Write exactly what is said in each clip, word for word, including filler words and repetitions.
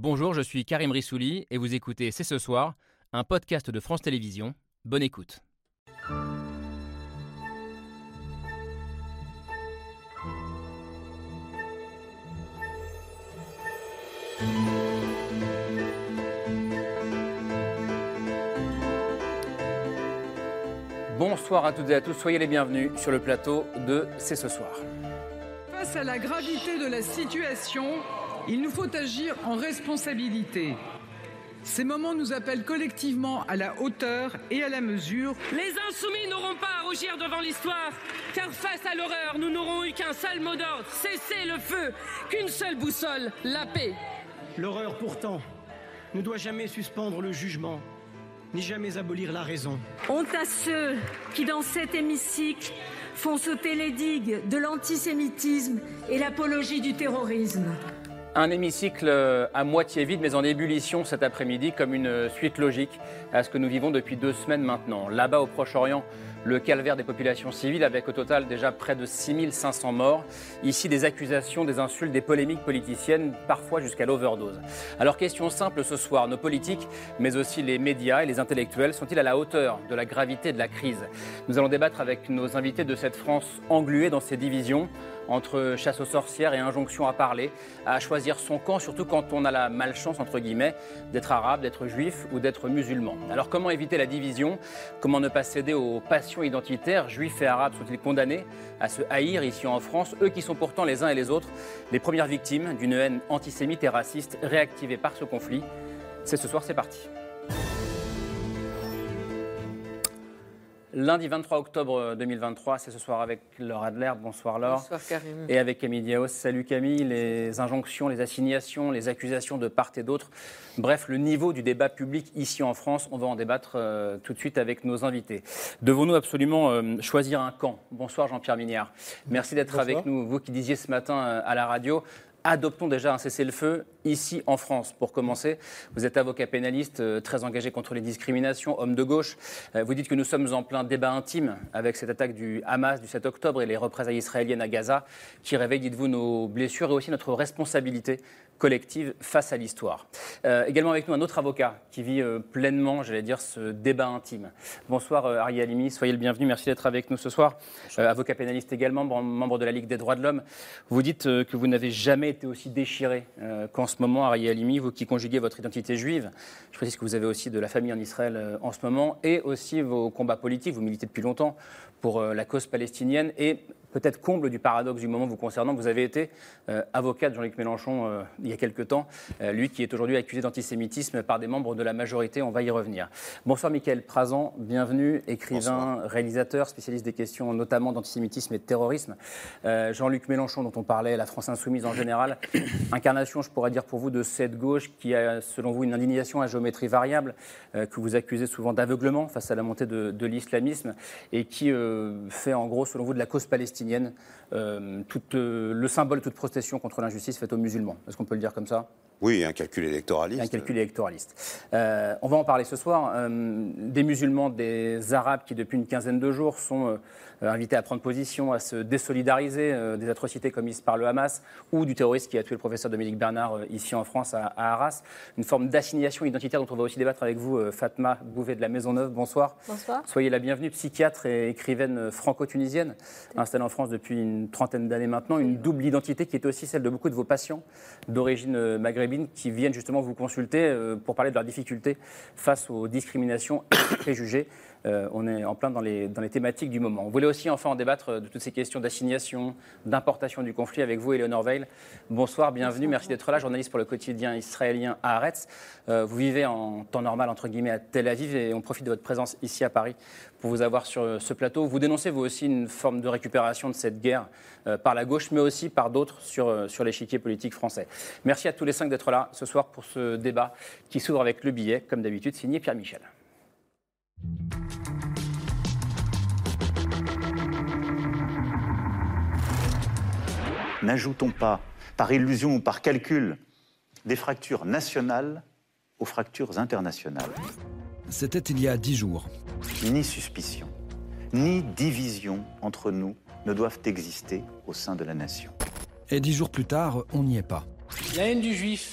Bonjour, je suis Karim Rissouli et vous écoutez C'est ce soir, un podcast de France Télévisions. Bonne écoute. Bonsoir à toutes et à tous, soyez les bienvenus sur le plateau de C'est ce soir. Face à la gravité de la situation, il nous faut agir en responsabilité. Ces moments nous appellent collectivement à la hauteur et à la mesure. Les insoumis n'auront pas à rougir devant l'histoire, car face à l'horreur, nous n'aurons eu qu'un seul mot d'ordre, cesser le feu, qu'une seule boussole, la paix. L'horreur, pourtant, ne doit jamais suspendre le jugement, ni jamais abolir la raison. Honte à ceux qui, dans cet hémicycle, font sauter les digues de l'antisémitisme et l'apologie du terrorisme. Un hémicycle à moitié vide mais en ébullition cet après-midi comme une suite logique à ce que nous vivons depuis deux semaines maintenant. Là-bas au Proche-Orient, le calvaire des populations civiles avec au total déjà près de six mille cinq cents morts. Ici des accusations, des insultes, des polémiques politiciennes, parfois jusqu'à l'overdose. Alors question simple ce soir, nos politiques mais aussi les médias et les intellectuels sont-ils à la hauteur de la gravité de la crise? Nous allons débattre avec nos invités de cette France engluée dans ses divisions, entre chasse aux sorcières et injonction à parler, à choisir son camp, surtout quand on a la malchance, entre guillemets, d'être arabe, d'être juif ou d'être musulman. Alors comment éviter la division? Comment ne pas céder aux passions identitaires? Juifs et arabes sont-ils condamnés à se haïr ici en France, eux qui sont pourtant les uns et les autres les premières victimes d'une haine antisémite et raciste réactivée par ce conflit? C'est ce soir, c'est parti. Lundi vingt-trois octobre deux mille vingt-trois, c'est ce soir avec Laure Adler. Bonsoir Laure. Bonsoir Karim. Et avec Camille Diaos. Salut Camille. Les injonctions, les assignations, les accusations de part et d'autre. Bref, le niveau du débat public ici en France, on va en débattre euh, tout de suite avec nos invités. Devons-nous absolument euh, choisir un camp? Bonsoir Jean-Pierre Mignard. Merci d'être Bonsoir. Avec nous. Vous qui disiez ce matin euh, à la radio, adoptons déjà un cessez-le-feu ici en France. Pour commencer, vous êtes avocat pénaliste, euh, très engagé contre les discriminations, homme de gauche. Euh, vous dites que nous sommes en plein débat intime avec cette attaque du Hamas du sept octobre et les représailles israéliennes à Gaza qui réveillent, dites-vous, nos blessures et aussi notre responsabilité collective face à l'histoire. Euh, également avec nous un autre avocat qui vit euh, pleinement, j'allais dire, ce débat intime. Bonsoir euh, Ari Halimi, soyez le bienvenu, merci d'être avec nous ce soir. Euh, avocat pénaliste également, membre de la Ligue des droits de l'homme. Vous dites euh, que vous n'avez jamais été aussi déchiré euh, qu'en ce moment, Ari Halimi, vous qui conjuguez votre identité juive. Je précise que vous avez aussi de la famille en Israël euh, en ce moment et aussi vos combats politiques. Vous militez depuis longtemps pour euh, la cause palestinienne et peut-être comble du paradoxe du moment vous concernant, vous avez été euh, avocat de Jean-Luc Mélenchon euh, il y a quelque temps, euh, lui qui est aujourd'hui accusé d'antisémitisme par des membres de la majorité, on va y revenir. Bonsoir Mickaël Prazan, bienvenue, écrivain, Bonsoir. Réalisateur, spécialiste des questions notamment d'antisémitisme et de terrorisme. Euh, Jean-Luc Mélenchon dont on parlait, la France insoumise en général, incarnation je pourrais dire pour vous de cette gauche qui a selon vous une indignation à géométrie variable, euh, que vous accusez souvent d'aveuglement face à la montée de, de l'islamisme et qui euh, fait en gros selon vous de la cause palestinienne Euh, tout, euh, le symbole de toute protestation contre l'injustice faite aux musulmans. Est-ce qu'on peut le dire comme ça? Oui, un calcul électoraliste. Un calcul électoraliste. Euh, on va en parler ce soir. Euh, des musulmans, des arabes qui, depuis une quinzaine de jours, sont euh, invités à prendre position, à se désolidariser euh, des atrocités commises par le Hamas ou du terroriste qui a tué le professeur Dominique Bernard euh, ici en France, à, à Arras. Une forme d'assignation identitaire dont on va aussi débattre avec vous, euh, Fatma Bouvet de la Maisonneuve. Bonsoir. Bonsoir. Soyez la bienvenue, psychiatre et écrivaine franco-tunisienne, installée en France depuis une trentaine d'années maintenant. Une double identité qui est aussi celle de beaucoup de vos patients d'origine maghrébine qui viennent justement vous consulter pour parler de leurs difficultés face aux discriminations et préjugés. Euh, on est en plein dans les, dans les thématiques du moment. On voulait aussi enfin en débattre de toutes ces questions d'assignation, d'importation du conflit avec vous, Éléonore Veil. Bonsoir, bienvenue, merci d'être là, journaliste pour le quotidien israélien Haaretz. Euh, vous vivez en temps normal, entre guillemets, à Tel Aviv et on profite de votre présence ici à Paris pour vous avoir sur ce plateau. Vous dénoncez vous aussi une forme de récupération de cette guerre euh, par la gauche, mais aussi par d'autres sur, euh, sur l'échiquier politique français. Merci à tous les cinq d'être là ce soir pour ce débat qui s'ouvre avec le billet, comme d'habitude, signé Pierre Michel. N'ajoutons pas, par illusion ou par calcul, des fractures nationales aux fractures internationales. C'était il y a dix jours. Ni suspicion, ni division entre nous ne doivent exister au sein de la nation. Et dix jours plus tard, on n'y est pas. La haine du juif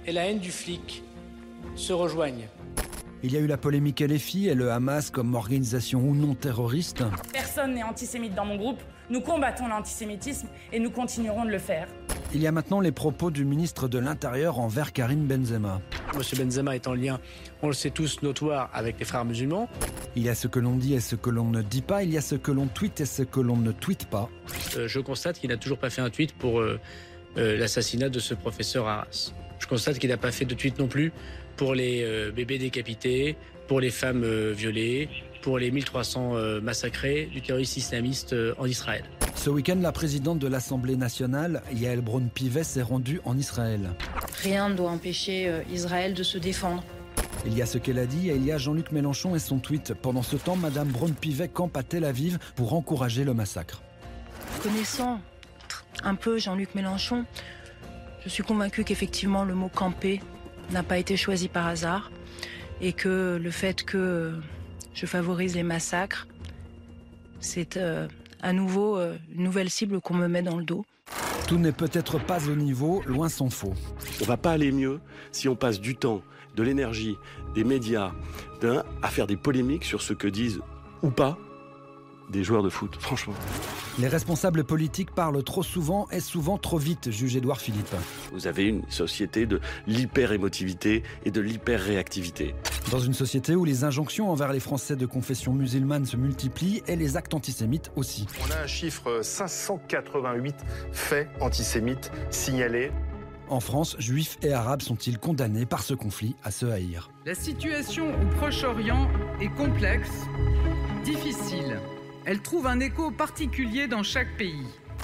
et la haine du flic se rejoignent. Il y a eu la polémique L F I et le Hamas comme organisation ou non terroriste. Personne n'est antisémite dans mon groupe. Nous combattons l'antisémitisme et nous continuerons de le faire. Il y a maintenant les propos du ministre de l'Intérieur envers Karim Benzema. Monsieur Benzema est en lien, on le sait tous, notoire avec les frères musulmans. Il y a ce que l'on dit et ce que l'on ne dit pas. Il y a ce que l'on tweet et ce que l'on ne tweete pas. Euh, je constate qu'il n'a toujours pas fait un tweet pour euh, euh, l'assassinat de ce professeur Arras. Je constate qu'il n'a pas fait de tweet non plus pour les euh, bébés décapités, pour les femmes euh, violées, pour les mille trois cents euh, massacrés du terroriste islamiste euh, en Israël. Ce week-end, la présidente de l'Assemblée nationale, Yael Braun-Pivet, s'est rendue en Israël. Rien ne doit empêcher euh, Israël de se défendre. Il y a ce qu'elle a dit et il y a Jean-Luc Mélenchon et son tweet. Pendant ce temps, Madame Braun-Pivet campe à Tel Aviv pour encourager le massacre. Connaissant un peu Jean-Luc Mélenchon, je suis convaincue qu'effectivement le mot « camper » n'a pas été choisi par hasard et que le fait que je favorise les massacres, c'est euh, à nouveau euh, une nouvelle cible qu'on me met dans le dos. Tout n'est peut-être pas au niveau, loin s'en faut. On va pas aller mieux si on passe du temps, de l'énergie, des médias, d'un, à faire des polémiques sur ce que disent ou pas des joueurs de foot, franchement. Les responsables politiques parlent trop souvent et souvent trop vite, juge Édouard Philippe. Vous avez une société de l'hyper-émotivité et de l'hyper-réactivité. Dans une société où les injonctions envers les Français de confession musulmane se multiplient et les actes antisémites aussi. On a un chiffre cinq cent quatre-vingt-huit faits antisémites signalés. En France, juifs et arabes sont-ils condamnés par ce conflit à se haïr? La situation au Proche-Orient est complexe, difficile. Elle trouve un écho particulier dans chaque pays.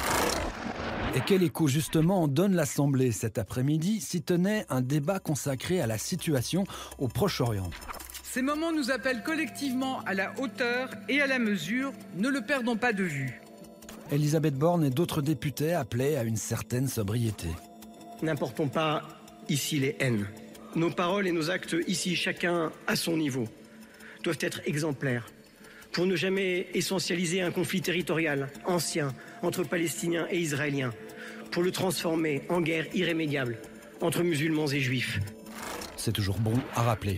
Et quel écho justement en donne l'Assemblée cet après-midi si tenait un débat consacré à la situation au Proche-Orient? Ces moments nous appellent collectivement à la hauteur et à la mesure. Ne le perdons pas de vue. Elisabeth Borne et d'autres députés appelaient à une certaine sobriété. N'importons pas ici les haines. Nos paroles et nos actes ici, chacun à son niveau, doivent être exemplaires. Pour ne jamais essentialiser un conflit territorial ancien entre Palestiniens et Israéliens, pour le transformer en guerre irrémédiable entre musulmans et juifs. C'est toujours bon à rappeler.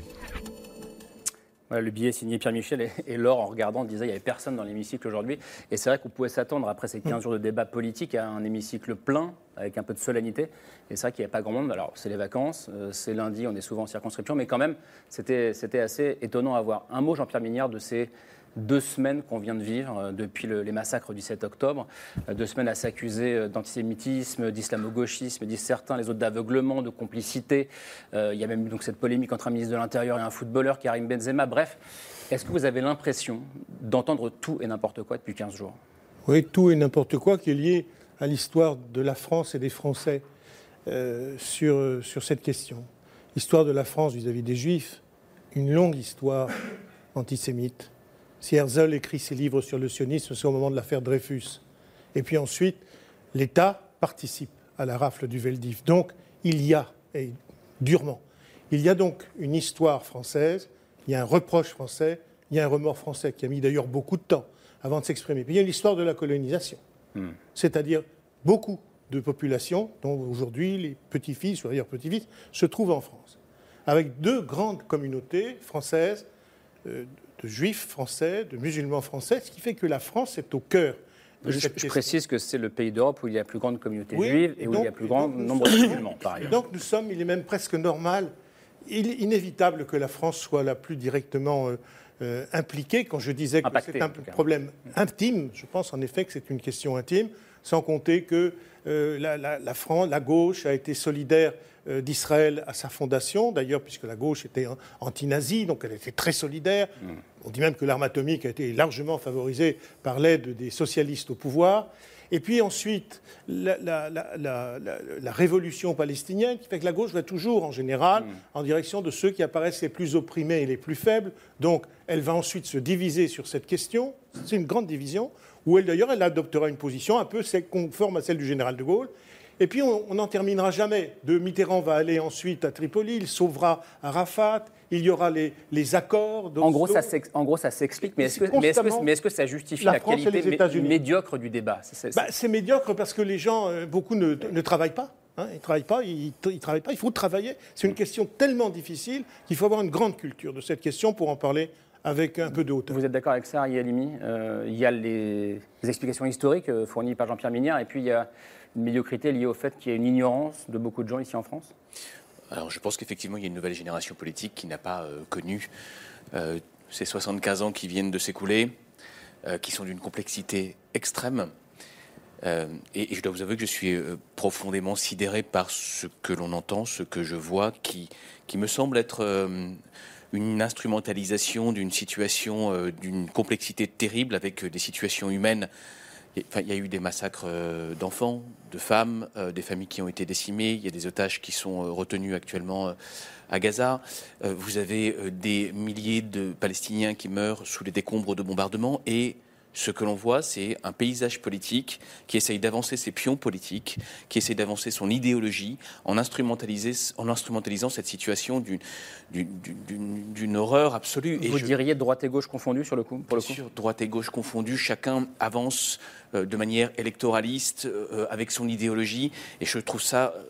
Voilà, le billet signé Pierre Michel et, et Laure, en regardant, disait qu'il n'y avait personne dans l'hémicycle aujourd'hui. Et c'est vrai qu'on pouvait s'attendre, après ces quinze jours de débat politique, à un hémicycle plein, avec un peu de solennité. Et c'est vrai qu'il n'y avait pas grand monde. Alors, c'est les vacances, euh, c'est lundi, on est souvent en circonscription, mais quand même, c'était, c'était assez étonnant à voir. Un mot, Jean-Pierre Mignard, de ces deux semaines qu'on vient de vivre euh, depuis le, les massacres du sept octobre. Euh, deux semaines à s'accuser euh, d'antisémitisme, d'islamo-gauchisme, disent certains, les autres d'aveuglement, de complicité. Euh, il y a même donc cette polémique entre un ministre de l'Intérieur et un footballeur, Karim Benzema. Bref, est-ce que vous avez l'impression d'entendre tout et n'importe quoi depuis quinze jours? Oui, tout et n'importe quoi qui est lié à l'histoire de la France et des Français euh, sur, sur cette question. L'histoire de la France vis-à-vis des Juifs, une longue histoire antisémite. Si Herzl écrit ses livres sur le sionisme, c'est au moment de l'affaire Dreyfus. Et puis ensuite, l'État participe à la rafle du Veldiv. Donc, il y a, et durement, il y a donc une histoire française, il y a un reproche français, il y a un remords français qui a mis d'ailleurs beaucoup de temps avant de s'exprimer. Puis il y a l'histoire de la colonisation, mmh. c'est-à-dire beaucoup de populations, dont aujourd'hui les petits-fils, ou d'ailleurs petits-fils, se trouvent en France, avec deux grandes communautés françaises, euh, de juifs français, de musulmans français, ce qui fait que la France est au cœur de je, cette je précise que c'est le pays d'Europe où il y a la plus grande communauté oui, juive et, et où donc, il y a le plus grand donc, nombre de musulmans, par ailleurs. Donc nous sommes, il est même presque normal, il est inévitable que la France soit la plus directement euh, euh, impliquée. Quand je disais que Impacté, c'est un problème intime, je pense en effet que c'est une question intime, sans compter que euh, la, la, la France, la gauche a été solidaire euh, d'Israël à sa fondation, d'ailleurs puisque la gauche était anti-nazie, donc elle était très solidaire. Mm. On dit même que l'arme atomique a été largement favorisée par l'aide des socialistes au pouvoir. Et puis ensuite, la, la, la, la, la, la révolution palestinienne, qui fait que la gauche va toujours, en général, mmh. en direction de ceux qui apparaissent les plus opprimés et les plus faibles. Donc, elle va ensuite se diviser sur cette question. C'est une grande division, où elle, d'ailleurs, elle adoptera une position un peu conforme à celle du général de Gaulle. Et puis, on n'en terminera jamais. De Mitterrand va aller ensuite à Tripoli, il sauvera Arafat, il y aura les, les accords. En gros, ça en gros, ça s'explique, mais est-ce que, mais est-ce que, mais est-ce que ça justifie la, la qualité mé médiocre du débat? C'est bah, médiocre parce que les gens, beaucoup ne, ne travaillent pas. Hein, ils ne travaillent pas, ils, ils travaillent pas, il faut travailler. C'est une question tellement difficile qu'il faut avoir une grande culture de cette question pour en parler avec un peu de hauteur. Vous êtes d'accord avec ça, Ariel Halimi? euh, Il y a les, les explications historiques euh, fournies par Jean-Pierre Mignard, et puis il y a une médiocrité liée au fait qu'il y a une ignorance de beaucoup de gens ici en France. Alors je pense qu'effectivement, il y a une nouvelle génération politique qui n'a pas euh, connu euh, ces soixante-quinze ans qui viennent de s'écouler, euh, qui sont d'une complexité extrême. Euh, et, et je dois vous avouer que je suis euh, profondément sidéré par ce que l'on entend, ce que je vois, qui, qui me semble être euh, une instrumentalisation d'une situation, euh, d'une complexité terrible avec euh, des situations humaines. Enfin, il y a eu des massacres euh, d'enfants, de femmes, euh, des familles qui ont été décimées. Il y a des otages qui sont euh, retenus actuellement euh, à Gaza. Euh, vous avez euh, des milliers de Palestiniens qui meurent sous les décombres de bombardements. Et ce que l'on voit, c'est un paysage politique qui essaye d'avancer ses pions politiques, qui essaye d'avancer son idéologie en, en instrumentalisant cette situation d'une, d'une, d'une, d'une horreur absolue. Vous et diriez je... droite et gauche confondues sur le coup, pour le coup ? Bien sûr, droite et gauche confondues, chacun avance euh, de manière électoraliste euh, avec son idéologie, et je trouve ça... Euh,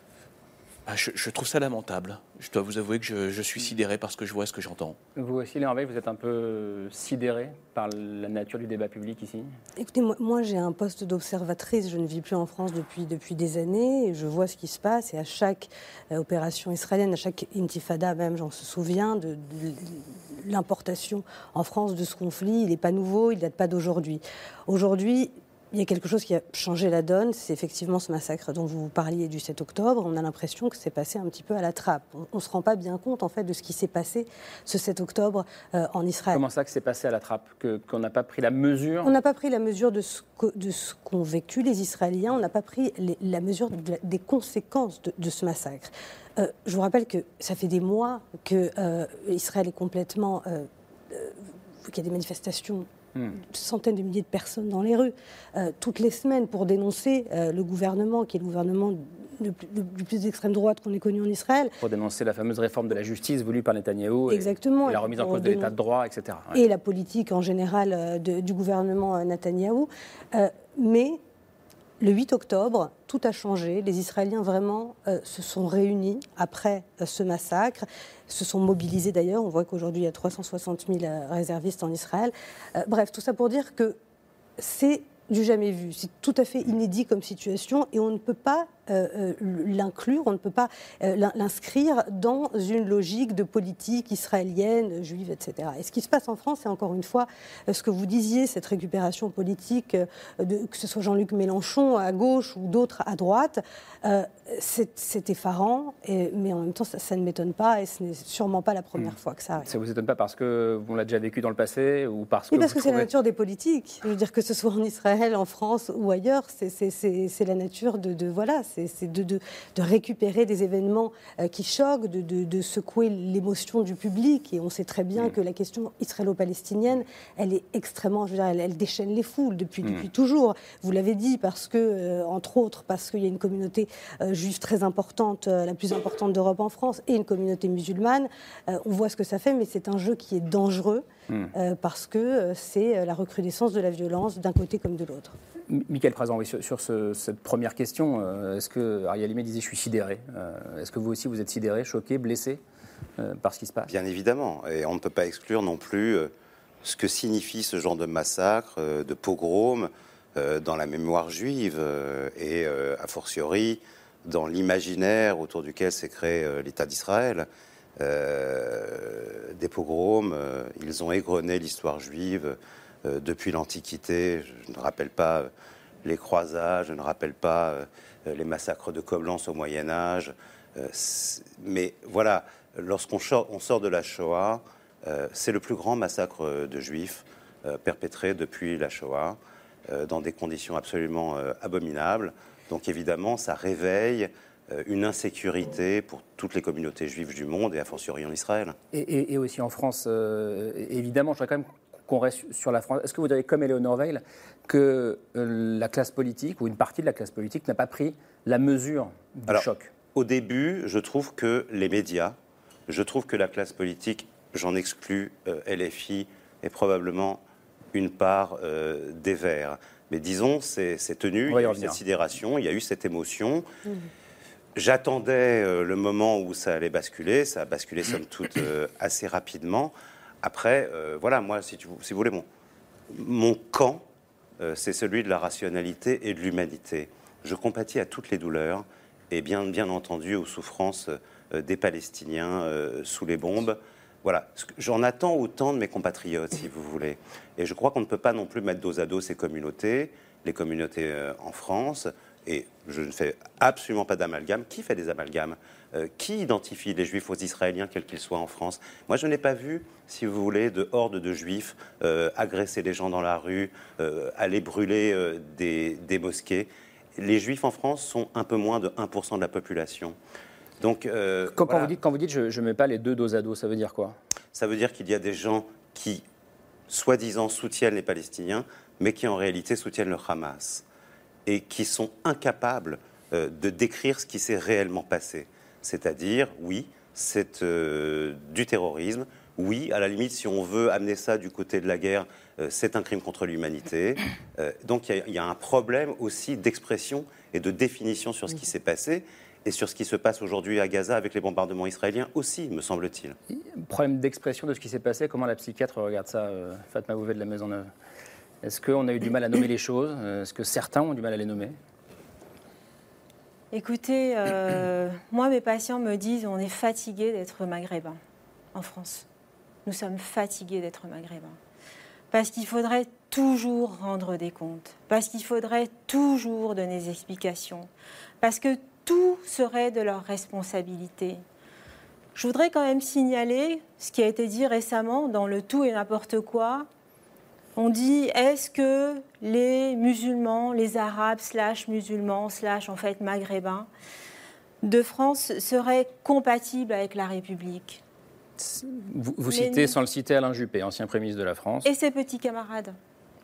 Je, je trouve ça lamentable. Je dois vous avouer que je, je suis sidéré par ce que je vois et ce que j'entends. Vous aussi, Léon Veil, vous êtes un peu sidéré par la nature du débat public ici ? Écoutez, moi, moi j'ai un poste d'observatrice. Je ne vis plus en France depuis, depuis des années. Et je vois ce qui se passe. Et à chaque euh, opération israélienne, à chaque intifada même, j'en se souviens, de, de l'importation en France de ce conflit. Il n'est pas nouveau, il ne date pas d'aujourd'hui. Aujourd'hui, il y a quelque chose qui a changé la donne, c'est effectivement ce massacre dont vous parliez du sept octobre. On a l'impression que c'est passé un petit peu à la trappe. On ne se rend pas bien compte en fait de ce qui s'est passé ce sept octobre euh, en Israël. Comment ça que c'est passé à la trappe, que, qu'on n'a pas pris la mesure? On n'a pas pris la mesure de ce, que, de ce qu'ont vécu les Israéliens, on n'a pas pris les, la mesure de, des conséquences de, de ce massacre. Euh, je vous rappelle que ça fait des mois que euh, Israël est complètement... Euh, euh, qu'il y a des manifestations... Mmh. Centaines de milliers de personnes dans les rues, euh, toutes les semaines pour dénoncer euh, le gouvernement, qui est le gouvernement le plus, le plus d'extrême droite qu'on ait connu en Israël. Pour dénoncer la fameuse réforme de la justice voulue par Netanyahou. Exactement. Et, et la remise en cause de l'état de droit, et cetera. Ouais. Et la politique en général euh, de, du gouvernement euh, Netanyahou. Euh, mais le huit octobre, tout a changé. Les Israéliens vraiment euh, se sont réunis après euh, ce massacre, se sont mobilisés d'ailleurs. On voit qu'aujourd'hui, il y a trois cent soixante mille euh, réservistes en Israël. Euh, bref, tout ça pour dire que c'est du jamais vu. C'est tout à fait inédit comme situation et on ne peut pas euh, euh, l'inclure, on ne peut pas euh, l'inscrire dans une logique de politique israélienne, juive, et cetera. Et ce qui se passe en France, c'est encore une fois euh, ce que vous disiez, cette récupération politique, euh, de, que ce soit Jean-Luc Mélenchon à gauche ou d'autres à droite, euh, c'est, c'est effarant, et, mais en même temps, ça, ça ne m'étonne pas et ce n'est sûrement pas la première mmh. fois que ça arrive. Ça ne vous étonne pas parce qu'on l'a déjà vécu dans le passé ou parce que... Oui, parce que trouvez... c'est la nature des politiques. Je veux dire, que ce soit en Israël, en France ou ailleurs, c'est, c'est, c'est, c'est la nature de... de voilà, c'est, c'est de, de, de récupérer des événements euh, qui choquent, de, de, de secouer l'émotion du public. Et on sait très bien mmh. que la question israélo-palestinienne, elle est extrêmement... Je veux dire, elle, elle déchaîne les foules depuis, mmh. depuis toujours. Vous l'avez dit, parce que, euh, entre autres, parce qu'il y a une communauté euh, juive très importante, euh, la plus importante d'Europe en France, et une communauté musulmane. Euh, on voit ce que ça fait, mais c'est un jeu qui est dangereux, mmh. euh, parce que euh, c'est la recrudescence de la violence d'un côté comme de l'autre. Mickaël Prazan, oui, sur, sur ce, cette première question, euh, est-ce que Ariel Halimi disait « je suis sidéré euh, ». Est-ce que vous aussi vous êtes sidéré, choqué, blessé euh, par ce qui se passe ? Bien évidemment, et on ne peut pas exclure non plus euh, ce que signifie ce genre de massacre, euh, de pogrom euh, dans la mémoire juive euh, et euh, a fortiori dans l'imaginaire autour duquel s'est créé euh, l'État d'Israël. Euh, des pogroms, euh, ils ont égrené l'histoire juive euh, depuis l'Antiquité. Je ne rappelle pas euh, les croisades, je ne rappelle pas euh, les massacres de Coblence au Moyen-Âge. Euh, mais voilà, lorsqu'on sort, on sort de la Shoah, euh, c'est le plus grand massacre de Juifs euh, perpétré depuis la Shoah, euh, dans des conditions absolument euh, abominables. Donc évidemment, ça réveille une insécurité pour toutes les communautés juives du monde et a fortiori en Israël. Et, et, et aussi en France, euh, évidemment, je voudrais quand même qu'on reste sur la France. Est-ce que vous diriez, comme Éléonore Veil, que euh, la classe politique ou une partie de la classe politique n'a pas pris la mesure du Alors, choc ? Au début, je trouve que les médias, je trouve que la classe politique, j'en exclus euh, L F I et probablement une part euh, des Verts. Mais disons, c'est, c'est tenu, il y a eu cette sidération, il y a eu cette émotion. Mmh. j'attendais euh, le moment où ça allait basculer. Ça a basculé, somme toute, euh, assez rapidement. Après, euh, voilà, moi, si, tu, si vous voulez, mon, mon camp, euh, c'est celui de la rationalité et de l'humanité. Je compatis à toutes les douleurs et bien, bien entendu aux souffrances euh, des Palestiniens euh, sous les bombes. Voilà, j'en attends autant de mes compatriotes, si vous voulez. Et je crois qu'on ne peut pas non plus mettre dos à dos ces communautés, les communautés euh, en France. Et je ne fais absolument pas d'amalgame. Qui fait des amalgames ? euh, Qui identifie les Juifs aux Israéliens, quels qu'ils soient en France ? Moi, je n'ai pas vu, si vous voulez, de hordes de Juifs euh, agresser les gens dans la rue, euh, aller brûler euh, des, des mosquées. Les Juifs en France sont un peu moins de un pour cent de la population. Donc, euh, quand, voilà. quand vous dites, quand vous dites je ne mets pas les deux dos à dos, ça veut dire quoi ? Ça veut dire qu'il y a des gens qui, soi-disant, soutiennent les Palestiniens, mais qui en réalité soutiennent le Hamas. Et qui sont incapables euh, de décrire ce qui s'est réellement passé. C'est-à-dire, oui, c'est euh, du terrorisme. Oui, à la limite, si on veut amener ça du côté de la guerre, euh, c'est un crime contre l'humanité. Euh, donc il y, y a un problème aussi d'expression et de définition sur ce qui s'est passé et sur ce qui se passe aujourd'hui à Gaza avec les bombardements israéliens aussi, me semble-t-il. Problème d'expression de ce qui s'est passé, comment la psychiatre regarde ça, euh, Fatma Bouvet de la Maisonneuve ? Est-ce qu'on a eu du mal à nommer les choses ? Est-ce que certains ont du mal à les nommer ? Écoutez, euh, moi, mes patients me disent on est fatigué d'être maghrébin en France. Nous sommes fatigués d'être maghrébins. Parce qu'il faudrait toujours rendre des comptes. Parce qu'il faudrait toujours donner des explications. Parce que tout serait de leur responsabilité. Je voudrais quand même signaler ce qui a été dit récemment dans le tout et n'importe quoi. On dit, est-ce que les musulmans, les arabes, slash musulmans, slash en fait maghrébins de France seraient compatibles avec la République ? Vous, vous citez, nous... sans le citer, Alain Juppé, ancien Premier ministre de la France. Et ses petits camarades.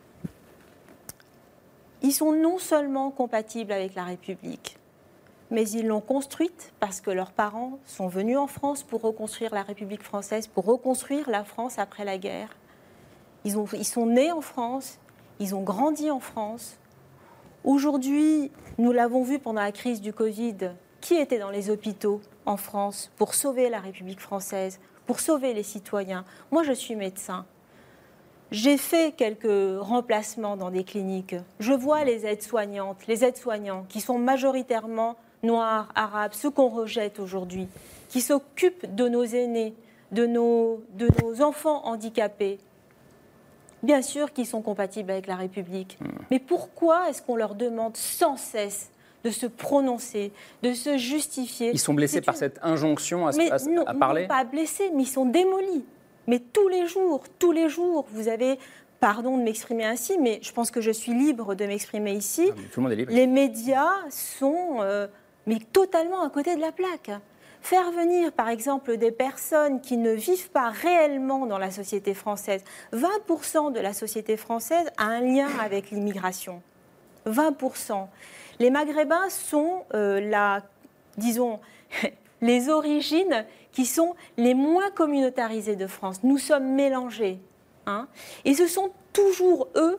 Ils sont non seulement compatibles avec la République, mais ils l'ont construite parce que leurs parents sont venus en France pour reconstruire la République française, pour reconstruire la France après la guerre. Ils, ont, ils sont nés en France, ils ont grandi en France. Aujourd'hui, nous l'avons vu pendant la crise du Covid, qui était dans les hôpitaux en France pour sauver la République française, pour sauver les citoyens ? Moi, je suis médecin. J'ai fait quelques remplacements dans des cliniques. Je vois les aides-soignantes, les aides-soignants qui sont majoritairement noirs, arabes, ceux qu'on rejette aujourd'hui, qui s'occupent de nos aînés, de nos, de nos enfants handicapés. Bien sûr qu'ils sont compatibles avec la République. Mmh. Mais pourquoi est-ce qu'on leur demande sans cesse de se prononcer, de se justifier ? Ils sont blessés C'est par une... cette injonction à, mais à, non, à parler ? Non, pas blessés, mais ils sont démolis. Mais tous les jours, tous les jours, vous avez... Pardon de m'exprimer ainsi, mais je pense que je suis libre de m'exprimer ici. Ah, tout le monde est libre. Les médias sont euh, mais totalement à côté de la plaque. Faire venir, par exemple, des personnes qui ne vivent pas réellement dans la société française. vingt pour cent de la société française a un lien avec l'immigration. vingt pour cent. Les Maghrébins sont, euh, la, disons, les origines qui sont les moins communautarisées de France. Nous sommes mélangés. Hein, et ce sont toujours eux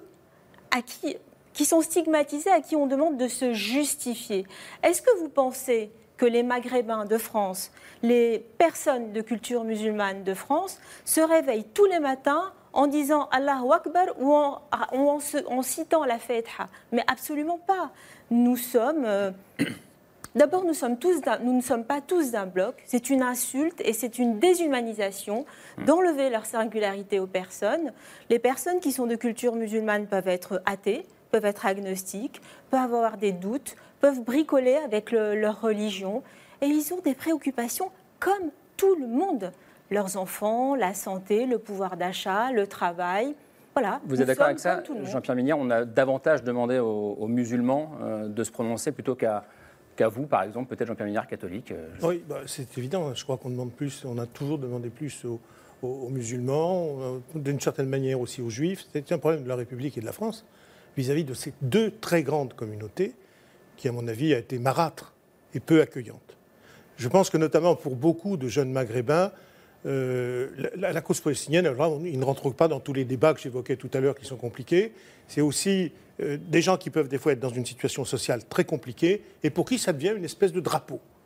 à qui, qui sont stigmatisés, à qui on demande de se justifier. Est-ce que vous pensez que les Maghrébins de France, les personnes de culture musulmane de France, se réveillent tous les matins en disant Allahu Akbar ou en, en, en, en citant la Fatiha? Mais absolument pas. Nous sommes... Euh, D'abord, nous, sommes tous nous ne sommes pas tous d'un bloc. C'est une insulte et c'est une déshumanisation d'enlever leur singularité aux personnes. Les personnes qui sont de culture musulmane peuvent être athées, peuvent être agnostiques, peuvent avoir des doutes, peuvent bricoler avec le, leur religion. Et ils ont des préoccupations comme tout le monde. Leurs enfants, la santé, le pouvoir d'achat, le travail. Voilà, vous êtes d'accord avec ça, Jean-Pierre Minière? On a davantage demandé aux, aux musulmans euh, de se prononcer plutôt qu'à... qu'à vous, par exemple, peut-être Jean-Pierre Minière, catholique. Je... Oui, bah, c'est évident. Je crois qu'on demande plus. On a toujours demandé plus aux, aux, aux musulmans, d'une certaine manière aussi aux juifs. C'est un problème de la République et de la France vis-à-vis de ces deux très grandes communautés qui, à mon avis, a été marâtre et peu accueillante. Je pense que notamment pour beaucoup de jeunes maghrébins, euh, la, la cause palestinienne, alors, ils ne rentrent pas dans tous les débats que j'évoquais tout à l'heure qui sont compliqués. C'est aussi euh, des gens qui peuvent des fois être dans une situation sociale très compliquée et pour qui ça devient une espèce de drapeau.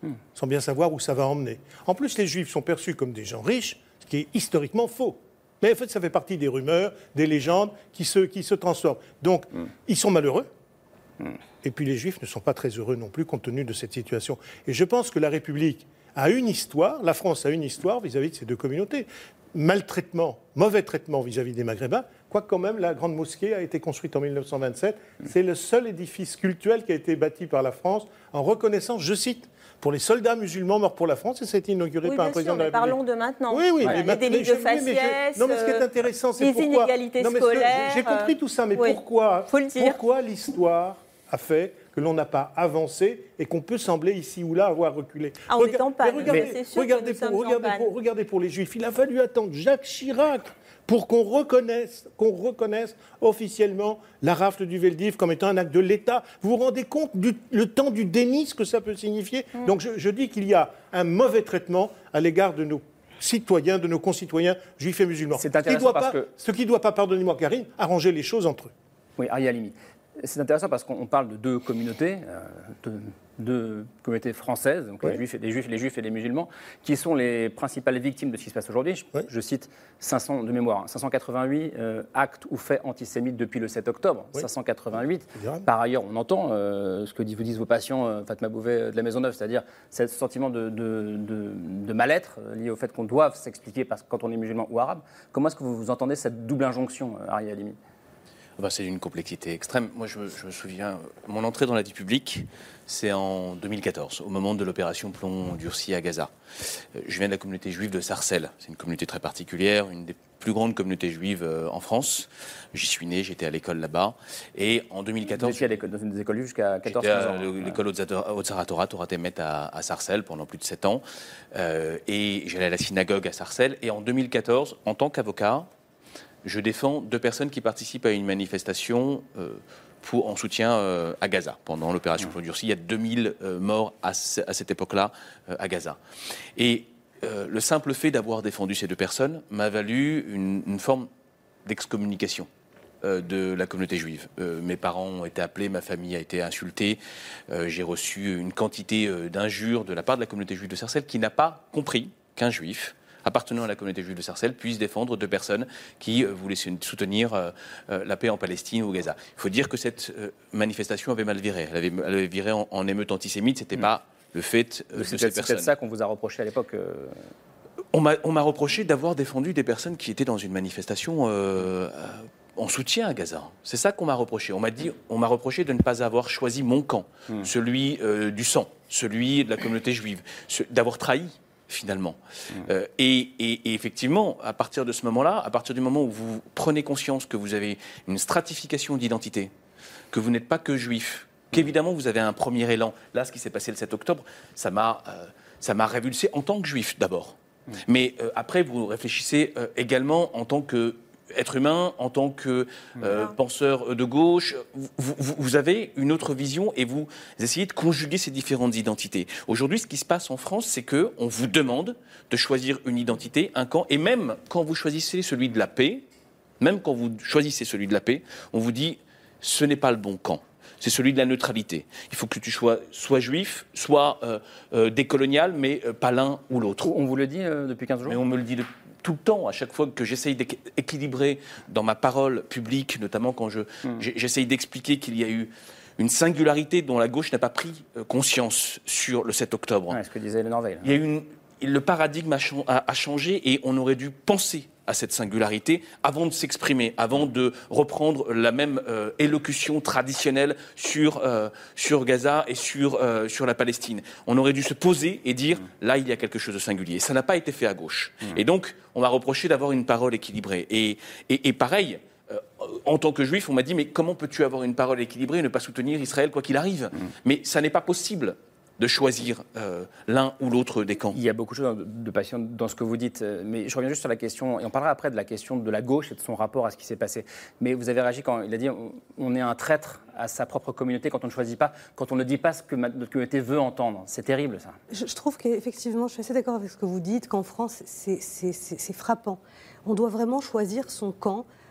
mmh. sans bien savoir où ça va emmener. En plus, les Juifs sont perçus comme des gens riches, ce qui est historiquement faux. Mais en fait, ça fait partie des rumeurs, des légendes qui se, qui se transforment. Donc, mmh. ils sont malheureux. Mmh. Et puis, les Juifs ne sont pas très heureux non plus, compte tenu de cette situation. Et je pense que la République a une histoire, la France a une histoire vis-à-vis de ces deux communautés. Maltraitement, mauvais traitement vis-à-vis des Maghrébins, quoique quand même la Grande Mosquée a été construite en mille neuf cent vingt-sept. Mmh. C'est le seul édifice cultuel qui a été bâti par la France en reconnaissance, je cite, pour les soldats musulmans morts pour la France, et ça a été inauguré oui, par un président sûr, de la République. Parlons de maintenant. Oui, oui. Voilà, mais les délits de faciès, non, mais ce qui est intéressant, c'est les pourquoi... inégalités non, mais scolaires. J'ai compris tout ça, mais oui, pourquoi, faut le dire. pourquoi l'histoire a fait que l'on n'a pas avancé et qu'on peut sembler ici ou là avoir reculé. Ah, on Rega- est en panne. Regardez, mais c'est sûr regardez, que nous pour, regardez, pour, regardez pour les Juifs, il a fallu attendre Jacques Chirac pour qu'on reconnaisse, qu'on reconnaisse officiellement la rafle du Veldiv comme étant un acte de l'État. Vous vous rendez compte du le temps du déni, ce que ça peut signifier ? mmh. Donc je, je dis qu'il y a un mauvais traitement à l'égard de nos citoyens, de nos concitoyens juifs et musulmans. C'est intéressant ce qui doit parce pas, que... Ce qui ne doit pas, pardonnez-moi Karine, arranger les choses entre eux. Oui, Ariel Halimi. C'est intéressant parce qu'on parle de deux communautés, euh, de, deux communautés françaises, donc oui. les, juifs et, les, juifs, les juifs et les musulmans, qui sont les principales victimes de ce qui se passe aujourd'hui. Je, oui. je cite cinq cents de mémoire, cinq cent quatre-vingt-huit euh, actes ou faits antisémites depuis le sept octobre. Oui. cinq cent quatre-vingt-huit. Par ailleurs, on entend euh, ce que vous disent vos patients, euh, Fatma Bouvet de la Maisonneuve, c'est-à-dire ce sentiment de, de, de, de mal-être euh, lié au fait qu'on doive s'expliquer parce, quand on est musulman ou arabe. Comment est-ce que vous, vous entendez cette double injonction, euh, Ariel Halimi ? Ben, c'est d'une complexité extrême. Moi, je, je me souviens, mon entrée dans la vie publique, c'est en deux mille quatorze, au moment de l'opération Plomb durci à Gaza. Je viens de la communauté juive de Sarcelles. C'est une communauté très particulière, une des plus grandes communautés juives en France. J'y suis né, j'étais à l'école là-bas. Et en deux mille quatorze... Vous étiez dans une des écoles jusqu'à quatorze ans. L'école Haute-Zaratora, Torah Temet à, à Sarcelles, pendant plus de sept ans. Euh, et j'allais à la synagogue à Sarcelles. Et en deux mille quatorze, en tant qu'avocat, je défends deux personnes qui participent à une manifestation euh, pour, en soutien euh, à Gaza. Pendant l'opération Plomb durci, il y a deux mille euh, morts à, ce, à cette époque-là euh, à Gaza. Et euh, le simple fait d'avoir défendu ces deux personnes m'a valu une, une forme d'excommunication euh, de la communauté juive. Euh, mes parents ont été appelés, ma famille a été insultée. Euh, j'ai reçu une quantité euh, d'injures de la part de la communauté juive de Sarcelles qui n'a pas compris qu'un juif appartenant à la communauté juive de Sarcelles, puisse défendre deux personnes qui euh, voulaient soutenir euh, euh, la paix en Palestine ou au Gaza. Il faut dire que cette euh, manifestation avait mal viré. Elle avait, elle avait viré en, en émeute antisémite. C'était mmh. pas le fait euh, de ces personnes. C'est peut-être ça qu'on vous a reproché à l'époque. Euh... On m'a, on m'a reproché d'avoir défendu des personnes qui étaient dans une manifestation euh, en soutien à Gaza. C'est ça qu'on m'a reproché. On m'a dit, on m'a reproché de ne pas avoir choisi mon camp, mmh. celui euh, du sang, celui de la communauté juive, ce, d'avoir trahi. Finalement. Mmh. Euh, et, et, et effectivement, à partir de ce moment-là, à partir du moment où vous prenez conscience que vous avez une stratification d'identité, que vous n'êtes pas que juif, qu'évidemment vous avez un premier élan. Là, ce qui s'est passé le sept octobre, ça m'a, euh, ça m'a révulsé en tant que juif d'abord. Mmh. Mais euh, après, vous réfléchissez euh, également en tant que être humain, en tant que euh, penseur de gauche, vous, vous, vous avez une autre vision et vous essayez de conjuguer ces différentes identités. Aujourd'hui, ce qui se passe en France, c'est qu'on vous demande de choisir une identité, un camp, et même quand vous choisissez celui de la paix, même quand vous choisissez celui de la paix, on vous dit « ce n'est pas le bon camp ». C'est celui de la neutralité. Il faut que tu sois soit juif, soit euh, euh, décolonial, mais euh, pas l'un ou l'autre. On vous le dit euh, depuis quinze jours ? Mais on me le dit depuis tout le temps, à chaque fois que j'essaye d'équilibrer dans ma parole publique, notamment quand je, mmh. j'essaye d'expliquer qu'il y a eu une singularité dont la gauche n'a pas pris conscience sur le sept octobre. Ouais, ce que disait Léonard Veil. Il y a une, le paradigme a, a, a changé et on aurait dû penser à cette singularité avant de s'exprimer, avant de reprendre la même euh, élocution traditionnelle sur, euh, sur Gaza et sur, euh, sur la Palestine. On aurait dû se poser et dire, mmh. là, il y a quelque chose de singulier. Ça n'a pas été fait à gauche. Mmh. Et donc, on m'a reproché d'avoir une parole équilibrée. Et, et, et pareil, euh, en tant que juif, on m'a dit, mais comment peux-tu avoir une parole équilibrée et ne pas soutenir Israël quoi qu'il arrive ? mmh. Mais ça n'est pas possible de choisir euh, l'un ou l'autre des camps. Il y a beaucoup de choses de, de passion dans ce que vous dites, mais je reviens juste sur la question, et on parlera après de la question de la gauche et de son rapport à ce qui s'est passé. Mais vous avez réagi quand il a dit on, on est un traître à sa propre communauté quand on ne choisit pas, quand on ne dit pas ce que notre communauté veut entendre. C'est terrible, ça. Je, je trouve qu'effectivement, je suis assez d'accord avec ce que vous dites, qu'en France, c'est, c'est, c'est, c'est frappant. On doit vraiment choisir son camp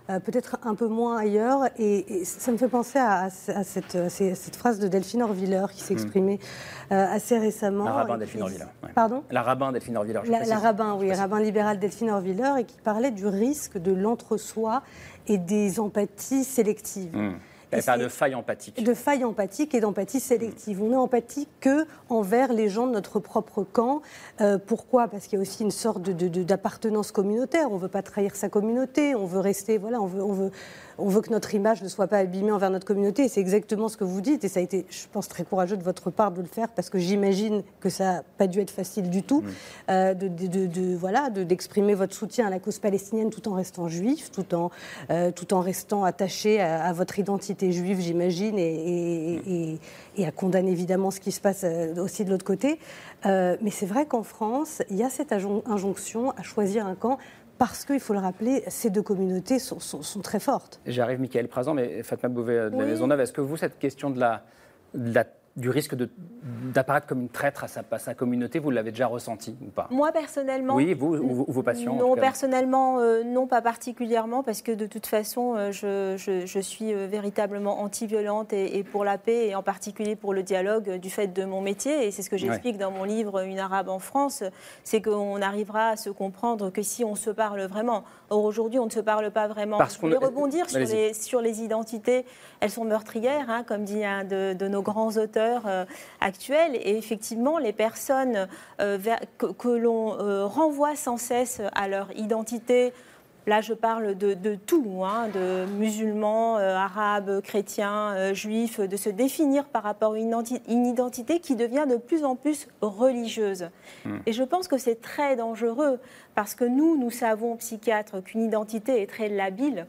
euh, peut-être un peu moins ailleurs. Et, et ça me fait penser à, à, cette, à cette phrase de Delphine Orviller qui s'exprimait mmh. euh, assez récemment. La rabbin Delphine Orviller. Ouais. Pardon ? La rabbin Delphine Orviller. La, la rabbin, oui, rabbin libéral Delphine Orviller, et qui parlait du risque de l'entre-soi et des empathies sélectives. Mmh. Elle parle de faille empathique. De faille empathique et d'empathie sélective. On est empathique que envers les gens de notre propre camp. Euh, pourquoi ? Parce qu'il y a aussi une sorte de, de, de, d'appartenance communautaire. On ne veut pas trahir sa communauté. On veut rester, voilà, on veut, on veut, on veut que notre image ne soit pas abîmée envers notre communauté. Et c'est exactement ce que vous dites. Et ça a été, je pense, très courageux de votre part de le faire, parce que j'imagine que ça n'a pas dû être facile du tout, mmh. euh, de, de, de, de, voilà, de, d'exprimer votre soutien à la cause palestinienne tout en restant juif, tout en, euh, tout en restant attaché à, à votre identité juive, j'imagine, et, et, et, et à condamner évidemment ce qui se passe aussi de l'autre côté. Euh, mais c'est vrai qu'en France, il y a cette injonction à choisir un camp, parce qu'il faut le rappeler, ces deux communautés sont, sont, sont très fortes. J'arrive, Mickaël Prazan, mais Fatma Bouvet de la oui. Maisonneuve, est-ce que vous, cette question de la, de la du risque de, d'apparaître comme une traître à sa, à sa communauté, vous l'avez déjà ressenti ou pas ? Moi, personnellement... Oui, vous ou vos patients ? Non, personnellement, euh, non, pas particulièrement, parce que de toute façon, euh, je, je, je suis euh, véritablement anti-violente et, et pour la paix, et en particulier pour le dialogue, euh, du fait de mon métier. Et c'est ce que j'explique ouais. dans mon livre « Une arabe en France », c'est qu'on arrivera à se comprendre que si on se parle vraiment. Or, aujourd'hui, on ne se parle pas vraiment. Parce je voulais rebondir sur les, sur les identités. Elles sont meurtrières, hein, comme dit un de, de nos grands auteurs Euh, actuelle. Et effectivement, les personnes euh, vers, que, que l'on euh, renvoie sans cesse à leur identité, là je parle de, de tout, hein, de musulmans, euh, arabes, chrétiens, euh, juifs, de se définir par rapport à une, identi- une identité qui devient de plus en plus religieuse. Mmh. Et je pense que c'est très dangereux, parce que nous, nous savons, psychiatres, qu'une identité est très labile.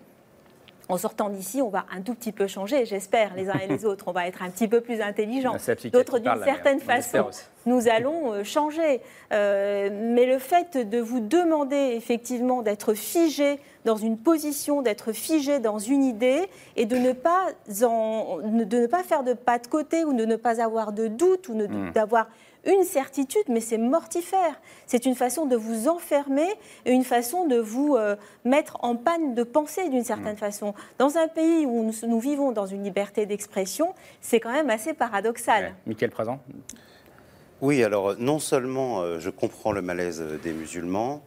En sortant d'ici, on va un tout petit peu changer, j'espère, les uns et les autres. On va être un petit peu plus intelligents. D'autres, d'une certaine façon, nous allons changer. Euh, mais le fait de vous demander effectivement d'être figé dans une position, d'être figé dans une idée, et de ne pas, en, de ne pas faire de pas de côté, ou de ne pas avoir de doute, ou de, mmh. d'avoir une certitude, mais c'est mortifère. C'est une façon de vous enfermer et une façon de vous euh, mettre en panne de pensée, d'une certaine mmh. façon. Dans un pays où nous, nous vivons dans une liberté d'expression, c'est quand même assez paradoxal. Ouais. Mickaël Prazan ? Oui, alors non seulement euh, je comprends le malaise des musulmans,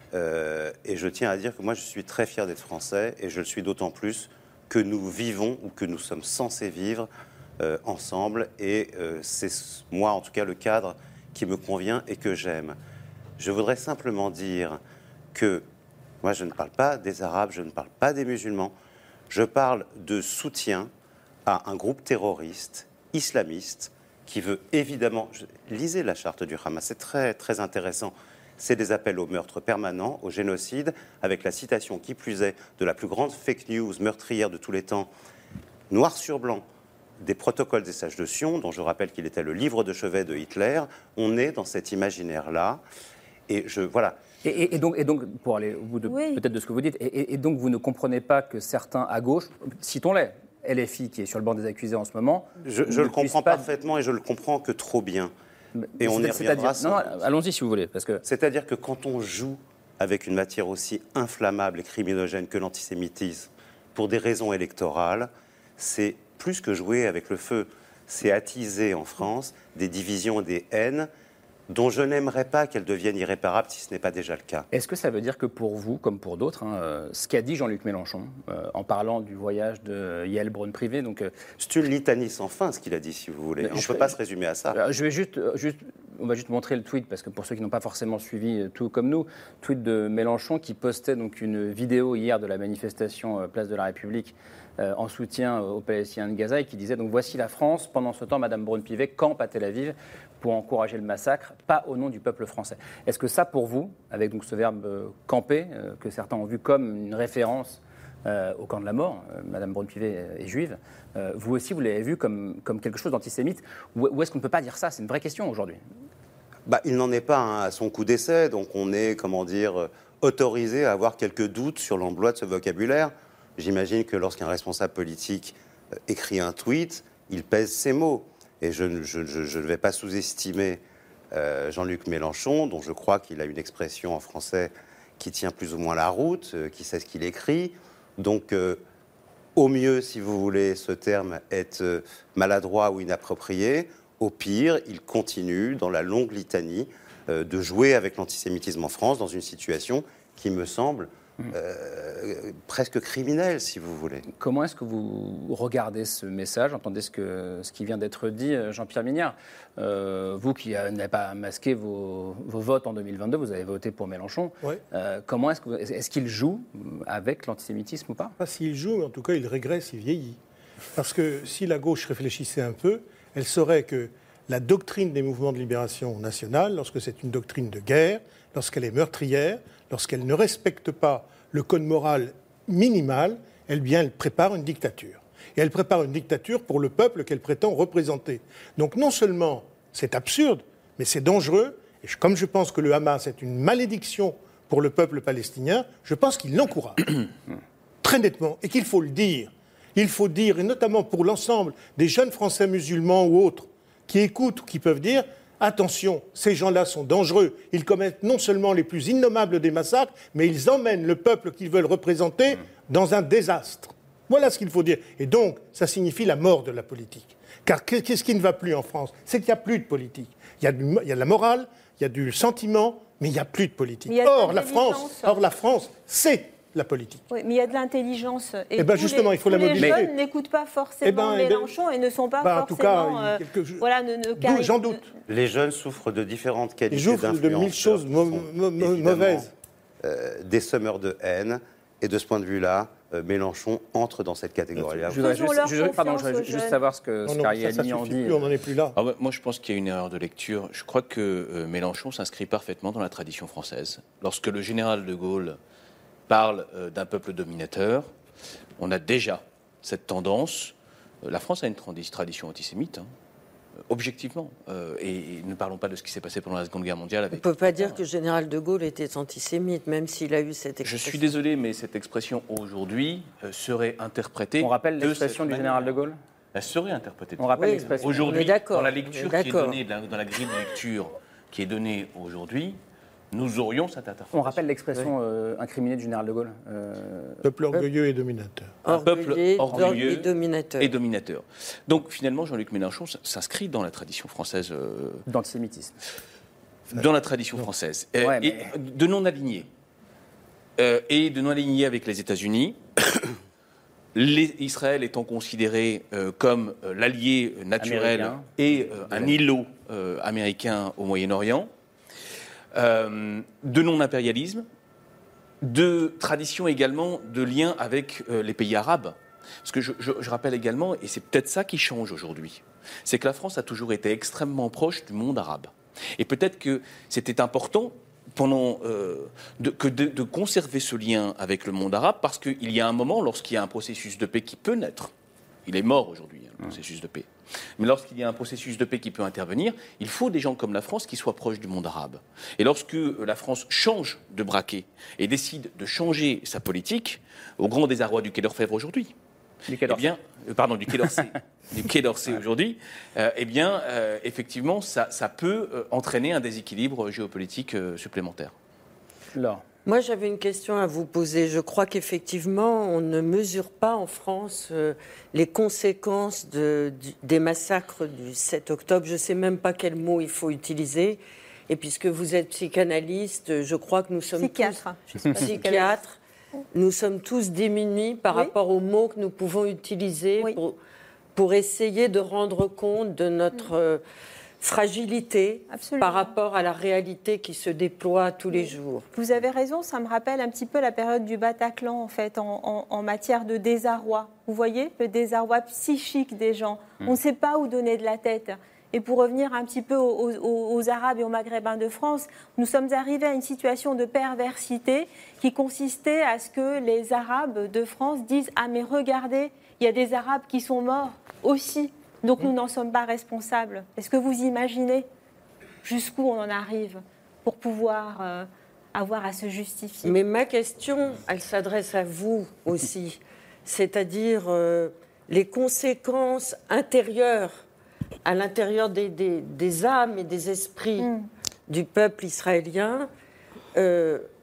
euh, et je tiens à dire que moi je suis très fier d'être français, et je le suis d'autant plus que nous vivons, ou que nous sommes censés vivre, Euh, ensemble, et euh, c'est moi en tout cas le cadre qui me convient et que j'aime. Je voudrais simplement dire que moi je ne parle pas des Arabes, je ne parle pas des musulmans, je parle de soutien à un groupe terroriste islamiste qui veut évidemment... Je, lisez la charte du Hamas, c'est très, très intéressant. C'est des appels au meurtre permanent, au génocide, avec la citation qui plus est de la plus grande fake news meurtrière de tous les temps, noir sur blanc, des protocoles des sages de Sion, dont je rappelle qu'il était le livre de chevet de Hitler. On est dans cet imaginaire-là. Et je, voilà. Et, et, et, donc, et donc, pour aller au bout de, oui. peut-être de ce que vous dites, et, et donc vous ne comprenez pas que certains à gauche, citons-les, L F I qui est sur le banc des accusés en ce moment... Je, je le comprends pas... parfaitement, et je le comprends que trop bien. Et on y reviendra. Non, allons-y si vous voulez. Parce que... C'est-à-dire que quand on joue avec une matière aussi inflammable et criminogène que l'antisémitisme, pour des raisons électorales, c'est plus que jouer avec le feu. C'est attiser en France des divisions et des haines dont je n'aimerais pas qu'elles deviennent irréparables si ce n'est pas déjà le cas. Est-ce que ça veut dire que pour vous, comme pour d'autres, hein, euh, ce qu'a dit Jean-Luc Mélenchon euh, en parlant du voyage de Yael Braun-Privé, donc... Euh, c'est une litanie sans fin ce qu'il a dit, si vous voulez. On ne peut pas se résumer à ça. Euh, je vais juste, juste, on va juste montrer le tweet, parce que pour ceux qui n'ont pas forcément suivi tout comme nous, tweet de Mélenchon qui postait donc une vidéo hier de la manifestation euh, Place de la République euh, en soutien aux Palestiniens de Gaza, et qui disait donc voici la France. Pendant ce temps, Madame Braun-Pivet campe à Tel Aviv pour encourager le massacre, pas au nom du peuple français. Est-ce que ça, pour vous, avec donc ce verbe euh, camper, euh, que certains ont vu comme une référence euh, au camp de la mort, euh, Madame Braun-Pivet est juive, euh, vous aussi, vous l'avez vu comme, comme quelque chose d'antisémite, ou, ou est-ce qu'on ne peut pas dire ça ? C'est une vraie question aujourd'hui. Bah, il n'en est pas hein, à son coup d'essai, donc on est, comment dire, autorisé à avoir quelques doutes sur l'emploi de ce vocabulaire. J'imagine que lorsqu'un responsable politique euh, écrit un tweet, il pèse ses mots. Et je ne je, je, je vais pas sous-estimer euh, Jean-Luc Mélenchon, dont je crois qu'il a une expression en français qui tient plus ou moins la route, euh, qui sait ce qu'il écrit. Donc, euh, au mieux, si vous voulez, ce terme est euh, maladroit ou inapproprié. Au pire, il continue dans la longue litanie euh, de jouer avec l'antisémitisme en France dans une situation qui me semble euh, presque criminelle, si vous voulez. Comment est-ce que vous regardez ce message, entendez ce, que, ce qui vient d'être dit, Jean-Pierre Mignard, euh, vous qui n'avez pas masqué vos, vos votes en deux mille vingt-deux, vous avez voté pour Mélenchon. Ouais. Euh, comment est-ce, que, est-ce qu'il joue avec l'antisémitisme ou pas? Pas s'il joue, mais en tout cas, il régresse, il vieillit. Parce que si la gauche réfléchissait un peu, elle saurait que la doctrine des mouvements de libération nationale, lorsque c'est une doctrine de guerre, lorsqu'elle est meurtrière, lorsqu'elle ne respecte pas le code moral minimal, elle, bien, elle prépare une dictature. Et elle prépare une dictature pour le peuple qu'elle prétend représenter. Donc non seulement c'est absurde, mais c'est dangereux. Et comme je pense que le Hamas est une malédiction pour le peuple palestinien, je pense qu'il l'encourage. Très nettement. Et qu'il faut le dire. Il faut dire, et notamment pour l'ensemble des jeunes Français musulmans ou autres, qui écoutent ou qui peuvent dire « Attention, ces gens-là sont dangereux. Ils commettent non seulement les plus innommables des massacres, mais ils emmènent le peuple qu'ils veulent représenter dans un désastre. » Voilà ce qu'il faut dire. Et donc, ça signifie la mort de la politique. Car qu'est-ce qui ne va plus en France? C'est qu'il n'y a plus de politique. Il y a, du, il y a de la morale, il y a du sentiment, mais il n'y a plus de politique. Or, la France, or, la France, c'est la politique. Oui, mais il y a de l'intelligence. Et, et ben justement, les, il faut la mobiliser. Les jeunes n'écoutent pas forcément eh ben, Mélenchon et ne sont pas bah, forcément... En tout cas, euh, voilà, ne, ne carré... J'en doute. Les jeunes souffrent de différentes qualités Ils souffrent de mille choses mo- mo- mauvaises. Euh, des semeurs de haine. Et de ce point de vue-là, euh, Mélenchon entre dans cette catégorie-là. Je voudrais juste, je, pardon, je voudrais juste savoir ce que Kariel en dit. Plus, on n'en est plus là. Ah ouais, moi, je pense qu'il y a une erreur de lecture. Je crois que euh, Mélenchon s'inscrit parfaitement dans la tradition française. Lorsque le général de Gaulle parle euh, d'un peuple dominateur, on a déjà cette tendance. Euh, la France a une tradition antisémite, hein, objectivement. Euh, et, et ne parlons pas de ce qui s'est passé pendant la Seconde Guerre mondiale. Avec... On ne peut pas dire que le général de Gaulle était antisémite, même s'il a eu cette expression. Je suis désolé, mais cette expression aujourd'hui euh, serait interprétée. On rappelle l'expression du général de Gaulle ? Elle serait interprétée. On rappelle oui, l'expression. Aujourd'hui, dans la lecture qui est donnée, dans la grille de lecture qui est donnée aujourd'hui, nous aurions cette interprétation. On rappelle l'expression oui. euh, incriminée du général de Gaulle. Euh... Peuple orgueilleux et dominateur. Un peuple orgueilleux et dominateur. et dominateur. Donc finalement, Jean-Luc Mélenchon s'inscrit dans la tradition française. Euh... D'antisémitisme. Dans la tradition non. française. Euh, ouais, mais... et de non-aligné. Euh, et de non-aligné avec les États-Unis. Les, Israël étant considéré euh, comme euh, l'allié naturel américain. et euh, un îlot euh, américain au Moyen-Orient. Euh, de non-impérialisme, de tradition également de lien avec euh, les pays arabes. Parce que je, je, je rappelle également, et c'est peut-être ça qui change aujourd'hui, c'est que la France a toujours été extrêmement proche du monde arabe. Et peut-être que c'était important pendant, euh, de, que de, de conserver ce lien avec le monde arabe, parce qu'il y a un moment, lorsqu'il y a un processus de paix qui peut naître, il est mort aujourd'hui, hein, le processus de paix. Mais lorsqu'il y a un processus de paix qui peut intervenir, il faut des gens comme la France qui soient proches du monde arabe. Et lorsque la France change de braquet et décide de changer sa politique, au grand désarroi du Quai d'Orfèvre aujourd'hui, du Quai d'Orsay, eh bien, euh, pardon, du Quai d'Orsay, du Quai d'Orsay aujourd'hui, euh, eh bien, euh, effectivement, ça, ça peut euh, entraîner un déséquilibre géopolitique euh, supplémentaire. Là. Moi, j'avais une question à vous poser. Je crois qu'effectivement, on ne mesure pas en France euh, les conséquences de, du, des massacres du sept octobre. Je ne sais même pas quel mot il faut utiliser. Et puisque vous êtes psychanalyste, je crois que nous sommes psychiatre. tous psychiatres. Nous sommes tous démunis par oui. rapport aux mots que nous pouvons utiliser oui. pour, pour essayer de rendre compte de notre... Euh, fragilité Absolument. Par rapport à la réalité qui se déploie tous les jours. Vous avez raison, ça me rappelle un petit peu la période du Bataclan, en fait, en, en, en matière de désarroi. Vous voyez, le désarroi psychique des gens. Mmh. On ne sait pas où donner de la tête. Et pour revenir un petit peu aux, aux, aux Arabes et aux Maghrébins de France, nous sommes arrivés à une situation de perversité qui consistait à ce que les Arabes de France disent « Ah, mais regardez, il y a des Arabes qui sont morts aussi ». Donc nous n'en sommes pas responsables. Est-ce que vous imaginez jusqu'où on en arrive pour pouvoir euh, avoir à se justifier? Mais ma question, elle s'adresse à vous aussi, c'est-à-dire euh, les conséquences intérieures à l'intérieur des, des, des âmes et des esprits mmh. du peuple israélien. Euh,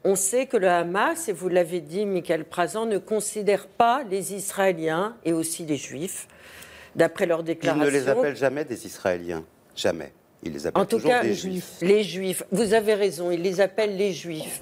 on sait que le Hamas, et vous l'avez dit, Michael Prazan, ne considère pas les Israéliens et aussi les Juifs, d'après leurs déclarations. Ils ne les appellent jamais des Israéliens. Jamais. Ils les appellent en tout toujours cas, des Juifs. Juifs. Les Juifs. Vous avez raison, ils les appellent les Juifs.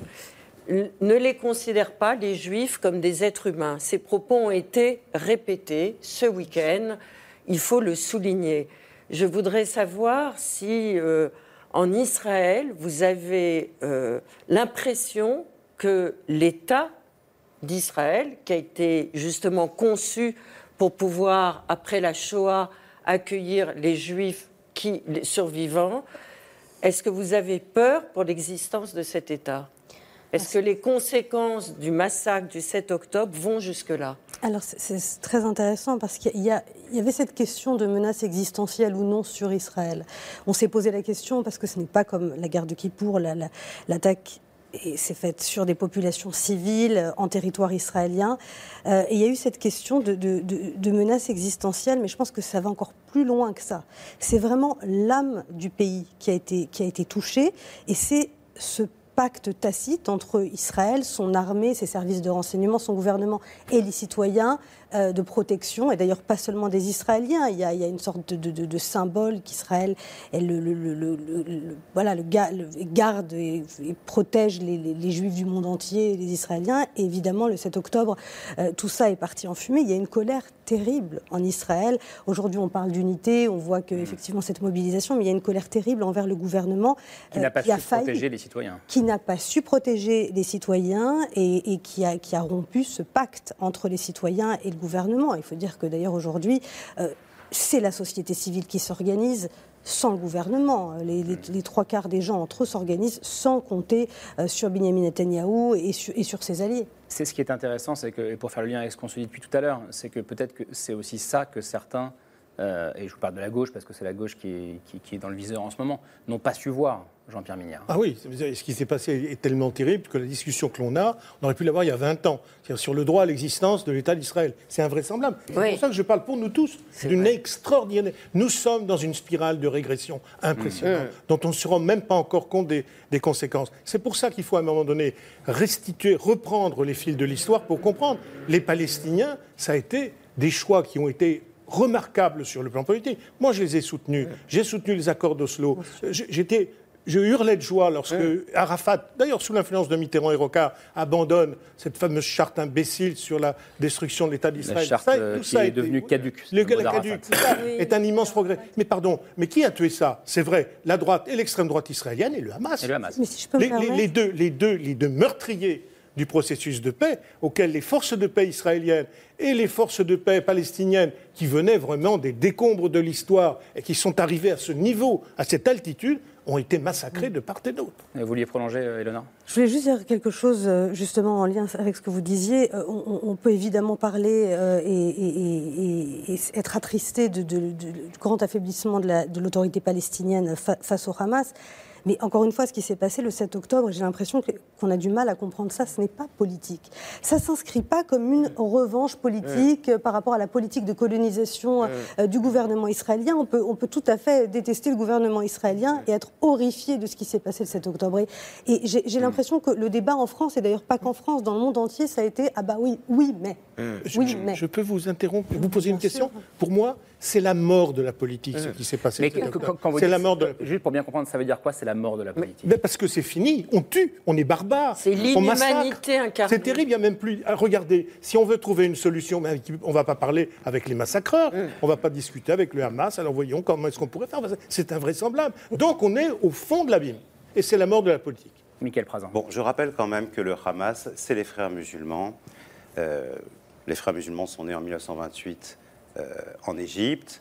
Ne les considèrent pas, les Juifs, comme des êtres humains. Ces propos ont été répétés ce week-end. Il faut le souligner. Je voudrais savoir si, euh, en Israël, vous avez euh, l'impression que l'État d'Israël, qui a été justement conçu pour pouvoir, après la Shoah, accueillir les Juifs qui, les survivants, est-ce que vous avez peur pour l'existence de cet État ? Est-ce que les conséquences du massacre du sept octobre vont jusque-là ? Alors c'est, c'est très intéressant parce qu'il y, a, il y avait cette question de menace existentielle ou non sur Israël. On s'est posé la question parce que ce n'est pas comme la guerre de Kippour, la, la, l'attaque et c'est fait sur des populations civiles en territoire israélien. Euh, et il y a eu cette question de, de, de, de menace existentielle, mais je pense que ça va encore plus loin que ça. C'est vraiment l'âme du pays qui a été, qui a été touchée, et c'est ce pacte tacite entre Israël, son armée, ses services de renseignement, son gouvernement et les citoyens euh, de protection, et d'ailleurs pas seulement des Israéliens, il y a, il y a une sorte de, de, de symbole qu'Israël est le, le, le, le, le, le, voilà, le, ga, le garde et, et protège les, les, les Juifs du monde entier et les Israéliens. Et évidemment, le sept octobre, euh, tout ça est parti en fumée. Il y a une colère terrible en Israël. Aujourd'hui, on parle d'unité, on voit qu'effectivement cette mobilisation, mais il y a une colère terrible envers le gouvernement qui euh, n'a pas qui su failli, protéger les citoyens. Qui n'a pas su protéger les citoyens et, et qui, a, qui a rompu ce pacte entre les citoyens et le gouvernement. Il faut dire que d'ailleurs aujourd'hui, euh, c'est la société civile qui s'organise sans le gouvernement. Les, les, les trois quarts des gens entre eux s'organisent sans compter euh, sur Benyamin Netanyahou et sur, et sur ses alliés. C'est ce qui est intéressant, c'est que, et pour faire le lien avec ce qu'on se dit depuis tout à l'heure, c'est que peut-être que c'est aussi ça que certains, euh, et je vous parle de la gauche parce que c'est la gauche qui est, qui, qui est dans le viseur en ce moment, n'ont pas su voir. Jean-Pierre Mignard. Ah oui, ce qui s'est passé est tellement terrible que la discussion que l'on a, on aurait pu l'avoir il y a vingt ans, c'est-à-dire sur le droit à l'existence de l'État d'Israël. C'est invraisemblable. Oui. C'est pour ça que je parle pour nous tous d'une vrai. extraordinaire... Nous sommes dans une spirale de régression impressionnante, mmh. dont on ne se rend même pas encore compte des, des conséquences. C'est pour ça qu'il faut à un moment donné restituer, reprendre les fils de l'histoire pour comprendre. Les Palestiniens, ça a été des choix qui ont été remarquables sur le plan politique. Moi, je les ai soutenus. Mmh. J'ai soutenu les accords d'Oslo. J'étais... Je hurlais de joie lorsque mmh. Arafat, d'ailleurs sous l'influence de Mitterrand et Rocard, abandonne cette fameuse charte imbécile sur la destruction de l'État d'Israël. La charte ça, tout qui ça est devenue caduque. Le, la caduque, ça oui. est un immense progrès. Mais pardon, mais qui a tué ça ? C'est vrai, la droite et l'extrême droite israélienne et le Hamas. Et le Hamas. Mais si je peux les, me les, les, deux, les, deux, les deux meurtriers du processus de paix, auquel les forces de paix israéliennes et les forces de paix palestiniennes, qui venaient vraiment des décombres de l'histoire et qui sont arrivés à ce niveau, à cette altitude, ont été massacrés de part et d'autre. Vous vouliez prolonger, Elona ? Je voulais juste dire quelque chose, justement, en lien avec ce que vous disiez. On, on peut évidemment parler euh, et, et, et, et être attristé de, de, de, du grand affaiblissement de, la, de l'autorité palestinienne fa, face au Hamas. Mais encore une fois, ce qui s'est passé le sept octobre, j'ai l'impression que, qu'on a du mal à comprendre ça, ce n'est pas politique. Ça ne s'inscrit pas comme une revanche politique mmh. par rapport à la politique de colonisation mmh. euh, du gouvernement israélien. On peut, on peut tout à fait détester le gouvernement israélien et être horrifié de ce qui s'est passé le sept octobre. Et, et j'ai, j'ai mmh. l'impression que le débat en France, et d'ailleurs pas qu'en France, dans le monde entier, ça a été « ah bah oui, oui, mais mmh. ». Oui, je, mais. Je peux vous interrompre, vous poser une question ? Pour moi, c'est la mort de la politique, mmh. ce qui s'est passé. Mais que, quand, quand vous c'est dites, la mort de la... Juste pour bien comprendre, ça veut dire quoi ? C'est la mort de la politique. Mais parce que c'est fini, on tue, on est barbare. C'est l'inhumanité incarnée. C'est terrible, il n'y a même plus... Regardez, si on veut trouver une solution, on ne va pas parler avec les massacreurs, mmh. on ne va pas discuter avec le Hamas, alors voyons comment est-ce qu'on pourrait faire. C'est invraisemblable. Donc on est au fond de l'abîme. Et c'est la mort de la politique. Michael Prazan. Bon, je rappelle quand même que le Hamas, c'est les frères musulmans. Euh, les frères musulmans sont nés en mille neuf cent vingt-huit euh, en Égypte.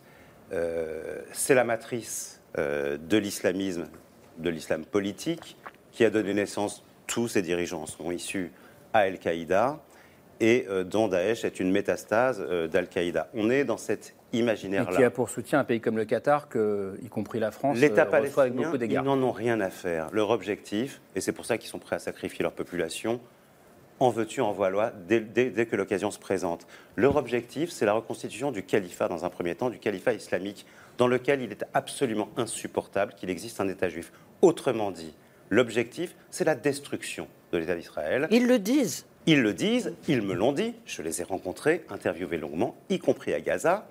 Euh, c'est la matrice euh, de l'islamisme, de l'islam politique, qui a donné naissance, tous ces dirigeants sont issus à Al-Qaïda, et euh, dont Daesh est une métastase euh, d'Al-Qaïda. On est dans cet imaginaire-là. Et qui a pour soutien un pays comme le Qatar, que, y compris la France, l'État euh, reçoit avec beaucoup d'égards. Ils n'en ont rien à faire. Leur objectif, et c'est pour ça qu'ils sont prêts à sacrifier leur population, en veux-tu, en voilà, dès, dès, dès que l'occasion se présente. Leur objectif, c'est la reconstitution du califat, dans un premier temps, du califat islamique, dans lequel il est absolument insupportable qu'il existe un État juif. Autrement dit, l'objectif, c'est la destruction de l'État d'Israël. Ils le disent. Ils le disent, ils me l'ont dit, je les ai rencontrés, interviewés longuement, y compris à Gaza.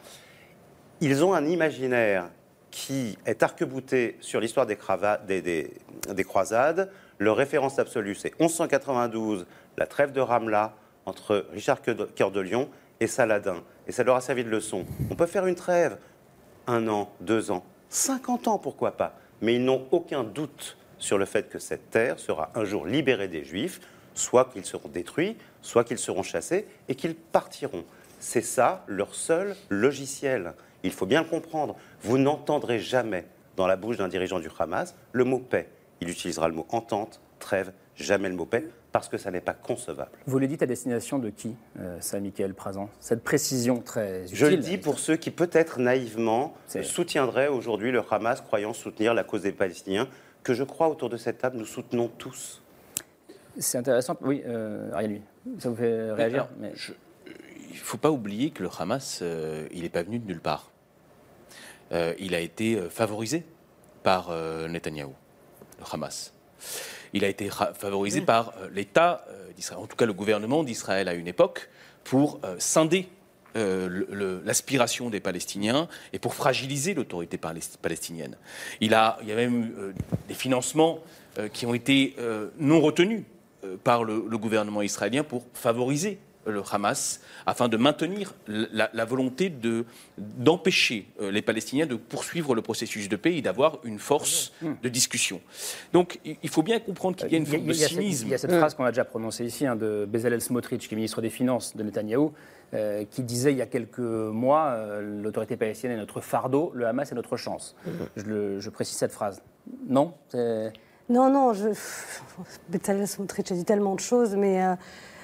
Ils ont un imaginaire qui est arc-bouté sur l'histoire des, crava- des, des, des croisades. Leur référence absolue, c'est onze cent quatre-vingt-douze, la trêve de Ramla, entre Richard Cœur de Lion et Saladin. Et ça leur a servi de leçon. On peut faire une trêve, un an, deux ans, cinquante ans, pourquoi pas. Mais ils n'ont aucun doute sur le fait que cette terre sera un jour libérée des Juifs, soit qu'ils seront détruits, soit qu'ils seront chassés et qu'ils partiront. C'est ça leur seul logiciel. Il faut bien le comprendre. Vous n'entendrez jamais dans la bouche d'un dirigeant du Hamas le mot paix. Il utilisera le mot entente, trêve, jamais le mot paix, parce que ça n'est pas concevable. Vous le dites à destination de qui, euh, ça, Mickaël Prazan? Cette précision très utile. Je le dis pour ceux qui, peut-être naïvement, soutiendraient aujourd'hui le Hamas, croyant soutenir la cause des Palestiniens, que je crois autour de cette table, nous soutenons tous. C'est intéressant. Oui, euh, Ariel, lui, ça vous fait réagir mais, je, Il ne faut pas oublier que le Hamas, euh, il n'est pas venu de nulle part. Euh, il a été favorisé par euh, Netanyahou, le Hamas. Il a été favorisé mmh. par euh, l'État euh, d'Israël, en tout cas le gouvernement d'Israël à une époque, pour euh, scinder euh, le, le, l'aspiration des Palestiniens et pour fragiliser l'autorité palestinienne. Il, a, il y a même eu euh, des financements euh, qui ont été euh, non retenus euh, par le, le gouvernement israélien pour favoriser le Hamas, afin de maintenir la, la volonté de, d'empêcher euh, les Palestiniens de poursuivre le processus de paix et d'avoir une force de discussion. Donc il faut bien comprendre qu'il y a une forme de cynisme. Il y a cette phrase qu'on a déjà prononcée ici, hein, de Bezalel Smotrich, qui est ministre des Finances de Netanyahou, euh, qui disait il y a quelques mois, euh, l'autorité palestinienne est notre fardeau, le Hamas est notre chance. Mmh. Je, le, je précise cette phrase. Non c'est... Non, non, je... Bezalel Smotrich a dit tellement de choses, mais... Euh...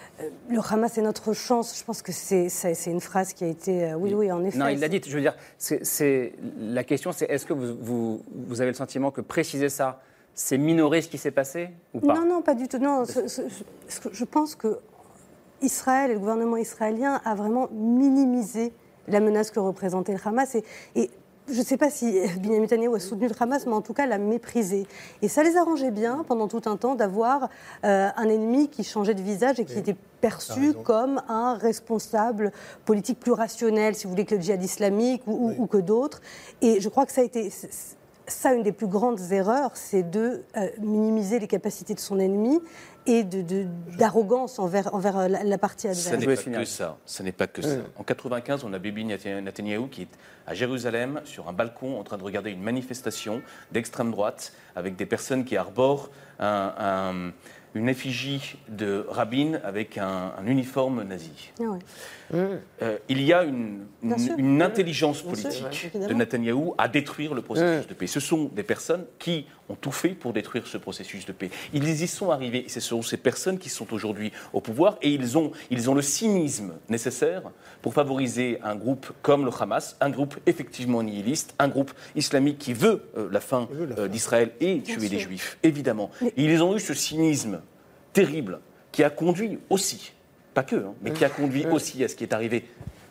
Le Hamas est notre chance. Je pense que c'est, c'est, c'est une phrase qui a été... Euh, oui, oui, en effet. Non, il l'a dit. Je veux dire, c'est, c'est, la question, c'est est-ce que vous, vous, vous avez le sentiment que préciser ça, c'est minorer ce qui s'est passé ou pas? Non, non, pas du tout. Non, ce, ce, ce, je pense que Israël et le gouvernement israélien a vraiment minimisé la menace que représentait le Hamas. Et, et je ne sais pas si Benyamin Netanyahou a soutenu le Hamas, mais en tout cas l'a méprisé. Et ça les arrangeait bien, pendant tout un temps, d'avoir euh, un ennemi qui changeait de visage et qui oui. était perçu comme un responsable politique plus rationnel, si vous voulez, que le djihad islamique ou, oui. ou, ou que d'autres. Et je crois que ça a été... Ça, une des plus grandes erreurs, c'est de euh, minimiser les capacités de son ennemi et de, de, d'arrogance envers, envers la, la partie adverse. Ça n'est pas que ça. Ça n'est pas que ça. En quatre-vingt-quinze, on a Bibi Netanyahou qui est à Jérusalem, sur un balcon, en train de regarder une manifestation d'extrême droite avec des personnes qui arborent un, un, une effigie de Rabin avec un, un uniforme nazi. Ah ouais. Euh, il y a une, une, une intelligence politique sûr, de Netanyahou à détruire le processus mmh. de paix. Ce sont des personnes qui ont tout fait pour détruire ce processus de paix. Ils y sont arrivés. Ce sont ces personnes qui sont aujourd'hui au pouvoir et ils ont, ils ont le cynisme nécessaire pour favoriser un groupe comme le Hamas, un groupe effectivement nihiliste, un groupe islamique qui veut euh, la fin euh, d'Israël et Bien tuer sûr. les Juifs, évidemment. Mais... Et ils ont eu ce cynisme terrible qui a conduit aussi... Pas que, hein, mais qui a conduit mmh. aussi à ce qui est arrivé.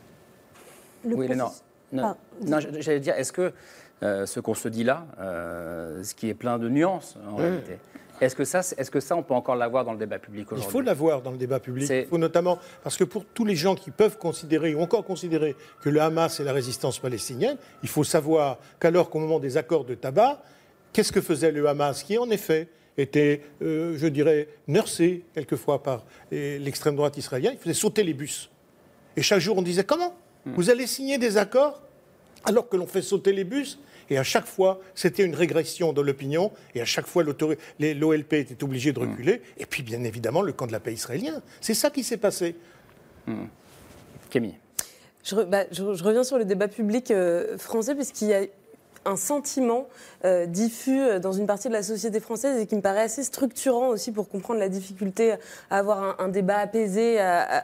Le oui, non, non, ah, non, j'allais dire, est-ce que euh, ce qu'on se dit là, euh, ce qui est plein de nuances en mmh. réalité, est-ce que, ça, est-ce que ça, on peut encore l'avoir dans le débat public aujourd'hui? Il faut l'avoir dans le débat public. C'est... Il faut notamment, parce que pour tous les gens qui peuvent considérer, ou encore considérer, que le Hamas est la résistance palestinienne, il faut savoir qu'alors qu'au moment des accords de Tabar, qu'est-ce que faisait le Hamas, qui en effet était, euh, je dirais, nursé quelquefois par l'extrême droite israélienne. Il faisait sauter les bus. Et chaque jour, on disait, comment mmh. Vous allez signer des accords alors que l'on fait sauter les bus? Et à chaque fois, c'était une régression de l'opinion. Et à chaque fois, l'O L P était obligé de reculer. Mmh. Et puis, bien évidemment, le camp de la paix israélien. C'est ça qui s'est passé. Mmh. Camille. Je, bah, je, je reviens sur le débat public euh, français, puisqu'il y a un sentiment euh, diffus dans une partie de la société française et qui me paraît assez structurant aussi pour comprendre la difficulté à avoir un, un débat apaisé à, à,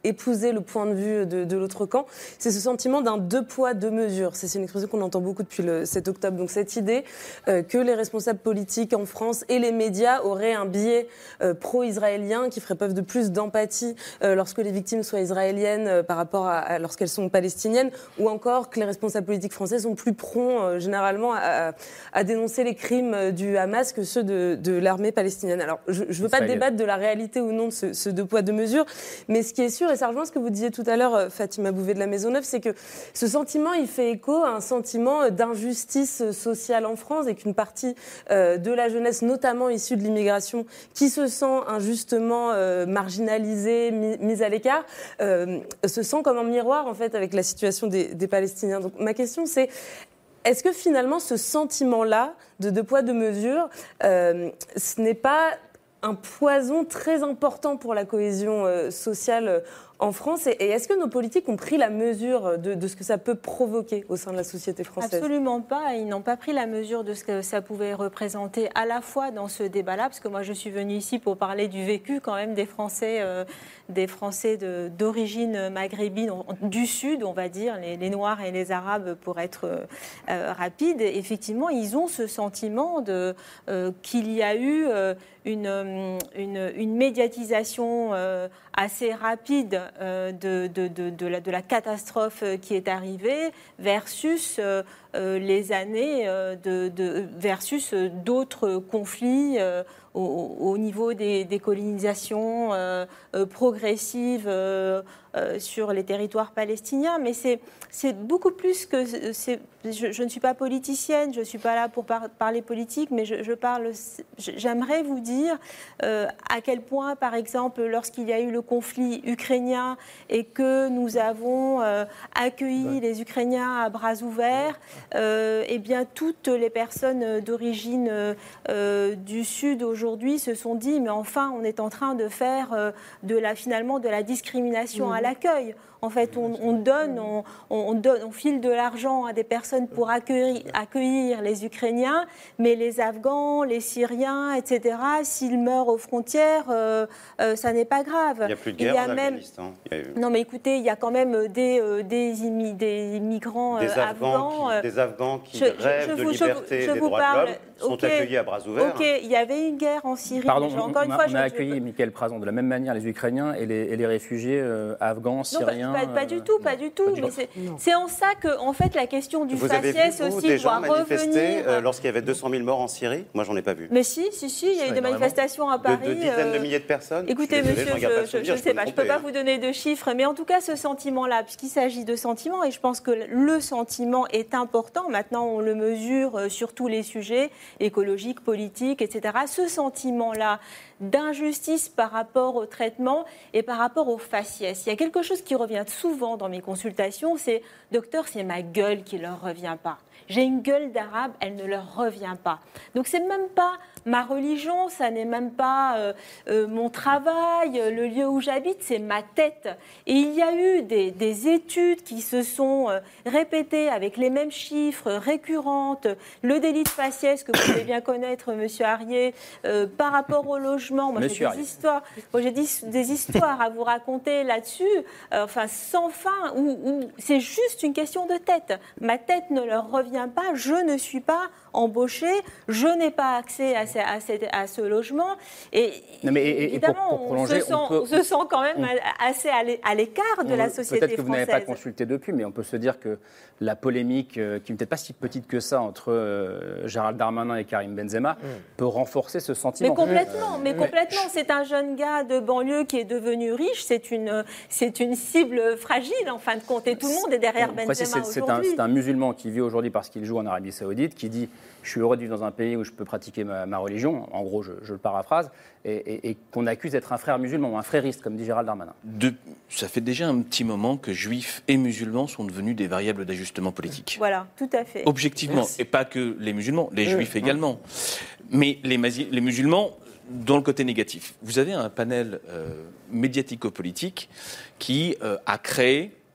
épouser le point de vue de, de l'autre camp. C'est ce sentiment d'un deux poids, deux mesures. C'est, c'est une expression qu'on entend beaucoup depuis le sept octobre. Donc cette idée euh, que les responsables politiques en France et les médias auraient un biais euh, pro-israélien qui ferait preuve de plus d'empathie euh, lorsque les victimes soient israéliennes euh, par rapport à, à lorsqu'elles sont palestiniennes, ou encore que les responsables politiques français sont plus prompts euh, généralement à, à dénoncer les crimes du Hamas que ceux de, de l'armée palestinienne. Alors je ne veux pas débattre de la réalité ou non de ce, ce deux poids, deux mesures, mais ce qui est sûr, et ça rejoint ce que vous disiez tout à l'heure, Fatima Bouvet de la Maisonneuve, c'est que ce sentiment, il fait écho à un sentiment d'injustice sociale en France et qu'une partie euh, de la jeunesse, notamment issue de l'immigration, qui se sent injustement euh, marginalisée, mi- mise à l'écart, euh, se sent comme un miroir en fait avec la situation des, des Palestiniens. Donc ma question c'est, est-ce que finalement ce sentiment-là de deux poids, deux mesures, euh, ce n'est pas un poison très important pour la cohésion euh, sociale euh, en France, et, et est-ce que nos politiques ont pris la mesure de, de ce que ça peut provoquer au sein de la société française ? Absolument pas. Ils n'ont pas pris la mesure de ce que ça pouvait représenter à la fois dans ce débat-là, parce que moi je suis venue ici pour parler du vécu quand même des Français, euh, des Français de, d'origine maghrébine, du Sud, on va dire, les, les Noirs et les Arabes pour être euh, rapide. Et effectivement, ils ont ce sentiment de, euh, qu'il y a eu euh, une, une, une médiatisation euh, assez rapide euh, de, de, de, de, la, de la catastrophe qui est arrivée versus euh, euh, les années euh, de, de, versus d'autres conflits euh, au, au niveau des, des colonisations euh, euh, progressives euh, euh, sur les territoires palestiniens. Mais c'est, c'est beaucoup plus que... C'est, je, je ne suis pas politicienne, je ne suis pas là pour par, parler politique, mais je, je parle... J'aimerais vous dire euh, à quel point, par exemple, lorsqu'il y a eu le conflit ukrainien et que nous avons euh, accueilli ouais. les Ukrainiens à bras ouverts, euh, eh bien, toutes les personnes d'origine euh, du Sud aujourd'hui se sont dit, mais enfin, on est en train de faire euh, de la, finalement de la discrimination mmh. à l'accueil. En fait, on, on donne, on, on, donne, on file de l'argent à des personnes pour accueillir, accueillir les Ukrainiens, mais les Afghans, les Syriens, et cetera, s'ils meurent aux frontières, euh, euh, ça n'est pas grave. Il n'y a plus de guerre en Afghanistan. Même... Eu... Non, mais écoutez, il y a quand même des, euh, des, immi... des migrants des euh, Afghans. afghans qui, des Afghans qui je, rêvent je, de je, liberté je, je et des vous droits parle... de l'homme sont okay. accueillis à bras ouverts. Ok, il y avait une guerre en Syrie. Pardon, mais encore on, une a, fois, on je, a accueilli, je... Mickaël Prazon, de la même manière les Ukrainiens et les, et les réfugiés euh, afghans, syriens. Non, pas, pas, pas du tout, pas du tout. Mais c'est, c'est en ça que, en fait, la question du vous faciès avez vu, vous, aussi des doit gens manifester revenir. Euh, lorsqu'il y avait deux cent mille morts en Syrie. Moi, j'en ai pas vu. Mais si, si, si, il y a eu des manifestations à Paris. De, de dizaines de milliers de personnes. Écoutez, je monsieur, désolé, je ne sais pas, je ne peux pas vous donner de chiffres, mais en tout cas, ce sentiment-là, puisqu'il s'agit de sentiments, et je pense que le sentiment est important. Maintenant, on le mesure sur tous les sujets écologiques, politiques, et cetera. Ce sentiment-là d'injustice par rapport au traitement et par rapport au faciès. Il y a quelque chose qui revient souvent dans mes consultations, c'est « Docteur, c'est ma gueule qui ne leur revient pas. J'ai une gueule d'arabe, elle ne leur revient pas. » Donc c'est même pas ma religion, ça n'est même pas euh, euh, mon travail, le lieu où j'habite, c'est ma tête. Et il y a eu des, des études qui se sont euh, répétées avec les mêmes chiffres, récurrentes. Le délit de faciès que vous devez bien connaître, Monsieur Arié, euh, par rapport au logement. Moi, j'ai des histoires, moi, j'ai des, des histoires à vous raconter là-dessus, euh, enfin sans fin, où, où c'est juste une question de tête. Ma tête ne leur revient pas, je ne suis pas embauchée, je n'ai pas accès à, ces, à, ces, à ce logement. Et, non, mais, et, évidemment, et pour, pour prolonger, on, se sent, on, peut, on se sent quand même on, assez à l'écart de on, la société peut-être que française. Vous n'avez pas consulté depuis, mais on peut se dire que la polémique, euh, qui n'est peut-être pas si petite que ça, entre euh, Gérald Darmanin et Karim Benzema, mmh. peut renforcer ce sentiment. Mais complètement, euh, mais complètement. Mais... C'est un jeune gars de banlieue qui est devenu riche, c'est une, c'est une cible fragile, en fin de compte, et tout le monde est derrière Benzema c'est, c'est, c'est aujourd'hui. Un, c'est un musulman qui vit aujourd'hui parce qu'il joue en Arabie Saoudite, qui dit « je suis heureux de vivre dans un pays où je peux pratiquer ma, ma religion », en gros, je, je le paraphrase, et, et, et qu'on accuse d'être un frère musulman, ou un frériste, comme dit Gérald Darmanin. De, ça fait déjà un petit moment que juifs et musulmans sont devenus des variables d'ajustement politique. Voilà, tout à fait. Objectivement, Merci. Et pas que les musulmans, les juifs euh, également. Mais les, les musulmans, dans le côté négatif. Vous avez un panel euh, médiatico-politique qui euh, a créé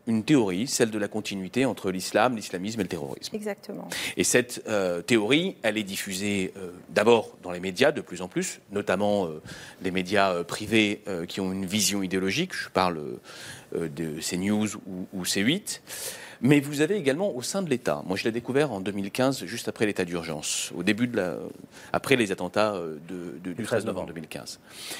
une théorie, celle de la continuité entre l'islam, l'islamisme et le terrorisme. Exactement. Et cette euh, théorie, elle est diffusée euh, d'abord dans les médias de plus en plus, notamment euh, les médias euh, privés euh, qui ont une vision idéologique. Je parle euh, de CNews ou, ou C huit. Mais vous avez également au sein de l'État. Moi, je l'ai découvert en deux mille quinze, juste après l'état d'urgence, au début de la, après les attentats de, de, du treize novembre deux mille quinze.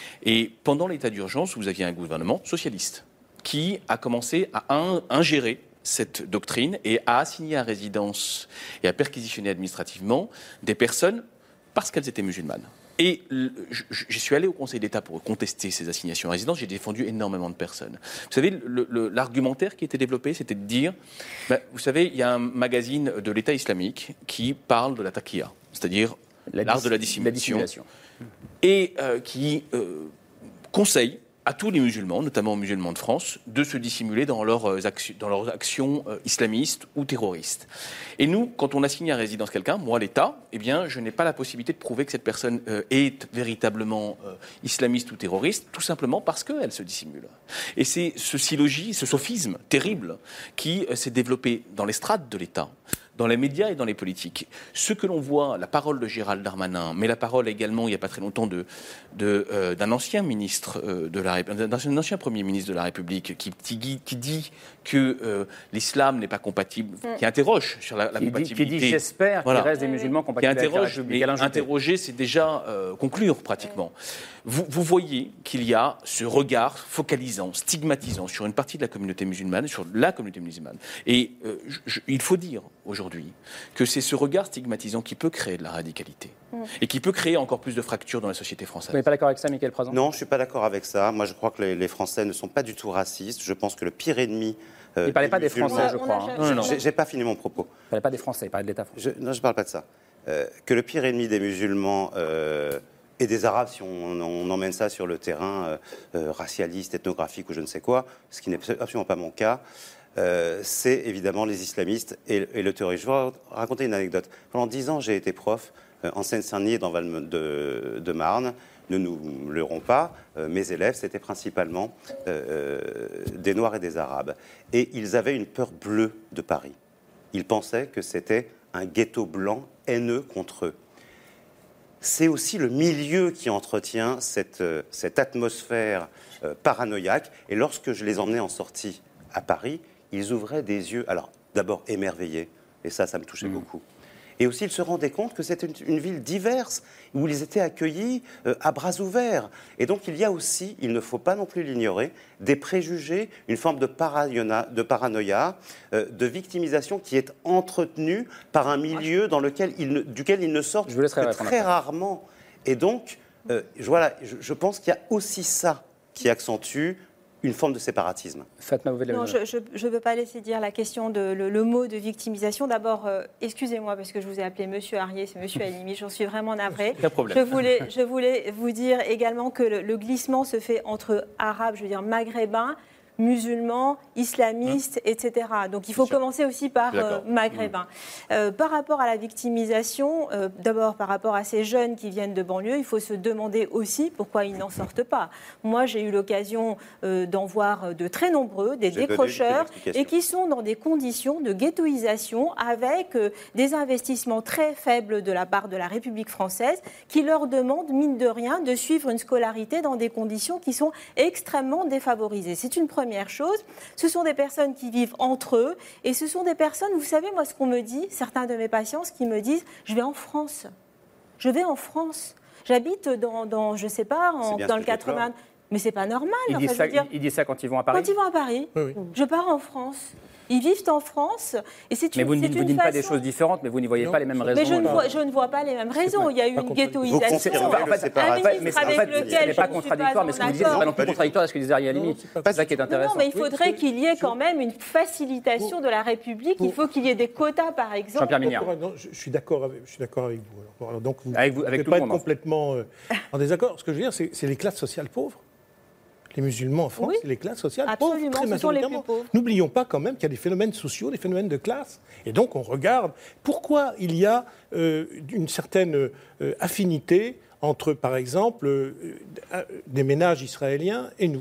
Et pendant l'état d'urgence, vous aviez un gouvernement socialiste qui a commencé à in, ingérer cette doctrine et à assigner à résidence et à perquisitionner administrativement des personnes parce qu'elles étaient musulmanes. Et je, je suis allé au Conseil d'État pour contester ces assignations à résidence. J'ai défendu énormément de personnes. Vous savez, le, le, l'argumentaire qui était développé, c'était de dire, ben, vous savez, il y a un magazine de l'État islamique qui parle de la taqiyya, c'est-à-dire la l'art dis- de la dissimulation, la dissimulation. et euh, qui euh, conseille à tous les musulmans, notamment aux musulmans de France, de se dissimuler dans leurs actions, dans leurs actions euh, islamistes ou terroristes. Et nous, quand on assigne à résidence quelqu'un, moi, l'État, eh bien, je n'ai pas la possibilité de prouver que cette personne euh, est véritablement euh, islamiste ou terroriste, tout simplement parce qu'elle se dissimule. Et c'est ce syllogie, ce sophisme terrible qui euh, s'est développé dans les strates de l'État, dans les médias et dans les politiques. Ce que l'on voit, la parole de Gérald Darmanin, mais la parole également, il n'y a pas très longtemps, de, de, euh, d'un ancien ministre euh, de la d'un ancien Premier ministre de la République qui, qui, qui dit que euh, l'islam n'est pas compatible, mmh. qui interroge sur la, la qui compatibilité. Dit, qui dit j'espère voilà. qu'il reste des musulmans compatibles qui interroge, avec la République. Interroger, c'est déjà euh, conclure pratiquement. Vous, vous voyez qu'il y a ce regard focalisant, stigmatisant sur une partie de la communauté musulmane, sur la communauté musulmane. Et euh, je, il faut dire aujourd'hui que c'est ce regard stigmatisant qui peut créer de la radicalité mmh. et qui peut créer encore plus de fractures dans la société française. Vous n'êtes pas d'accord avec ça, Mickaël Prazan ? Non, je ne suis pas d'accord avec ça. Moi, je crois que les, les Français ne sont pas du tout racistes. Je pense que le pire ennemi... Euh, il ne parlait pas des Français, je crois. Hein. Non, non, non. J'ai, j'ai pas fini mon propos. Il ne parlait pas des Français, il parlait de l'État français. Je, non, je ne parle pas de ça. Euh, que le pire ennemi des musulmans... Euh, et des Arabes, si on, on emmène ça sur le terrain euh, euh, racialiste, ethnographique ou je ne sais quoi, ce qui n'est absolument pas mon cas, euh, c'est évidemment les islamistes et, et le terrorisme. Je vais vous raconter une anecdote. Pendant dix ans, j'ai été prof euh, en Seine-Saint-Denis et dans Val de, de Marne. Ne nous leurrons pas, euh, mes élèves, c'était principalement euh, des Noirs et des Arabes. Et ils avaient une peur bleue de Paris. Ils pensaient que c'était un ghetto blanc haineux contre eux. C'est aussi le milieu qui entretient cette, euh, cette atmosphère euh, paranoïaque. Et lorsque je les emmenais en sortie à Paris, ils ouvraient des yeux, alors d'abord émerveillés, et ça, ça me touchait mmh. beaucoup. Et aussi, ils se rendaient compte que c'était une, une ville diverse, où ils étaient accueillis euh, à bras ouverts. Et donc, il y a aussi, il ne faut pas non plus l'ignorer, des préjugés, une forme de paranoïa, de, paranoïa, euh, de victimisation qui est entretenue par un milieu dans lequel il ne, duquel ils ne sortent que très rarement. Et donc, euh, voilà, je, je pense qu'il y a aussi ça qui accentue une forme de séparatisme. Fatma, vous non, je ne veux pas laisser dire la question de le, le mot de victimisation. D'abord, euh, excusez-moi parce que je vous ai appelé Monsieur Arié, c'est Monsieur Halimi, j'en suis vraiment navrée. Pas de problème. Je voulais, je voulais vous dire également que le, le glissement se fait entre arabes, je veux dire maghrébins, musulmans, islamistes, mmh. et cetera. Donc il faut commencer aussi par euh, maghrébins. Mmh. Euh, par rapport à la victimisation, euh, d'abord par rapport à ces jeunes qui viennent de banlieue, il faut se demander aussi pourquoi ils n'en sortent pas. Moi, j'ai eu l'occasion euh, d'en voir de très nombreux, des j'ai décrocheurs, et qui sont dans des conditions de ghettoisation avec euh, des investissements très faibles de la part de la République française qui leur demandent, mine de rien, de suivre une scolarité dans des conditions qui sont extrêmement défavorisées. C'est une première Première chose, ce sont des personnes qui vivent entre eux et ce sont des personnes, vous savez, moi ce qu'on me dit, certains de mes patients qui me disent, je vais en France, je vais en France, j'habite dans, dans je sais pas, en, dans le quatre-vingts, mais c'est pas normal. Ils disent, ça, dire, ils disent ça quand ils vont à Paris. Quand ils vont à Paris, oui, oui. Je pars en France. Ils vivent en France et c'est une Mais vous ne dites façon... pas des choses différentes, mais vous n'y voyez non, pas les mêmes raisons. Mais je ne, vois, je ne vois pas les mêmes raisons. Il y a eu une ghettoisation. En fait, un ministre avec lequel ce n'est pas contradictoire, mais ce que vous dites, ce n'est pas non plus contradictoire à ce que disait Ariel Halimi. C'est ça qui est intéressant. Non, mais il faudrait qu'il y ait quand même une facilitation de la République. Il faut qu'il y ait des quotas, par exemple. Jean-Pierre Mignard. Je suis d'accord avec, je suis d'accord avec vous. Alors, donc vous ne pouvez pas être complètement en désaccord. Ce que je veux dire, c'est les classes sociales pauvres. Les musulmans en France, oui, c'est les classes sociales absolument, pauvres, très majoritairement. N'oublions pas quand même qu'il y a des phénomènes sociaux, des phénomènes de classe. Et donc on regarde pourquoi il y a euh, une certaine euh, affinité entre, par exemple, euh, des ménages israéliens et nous.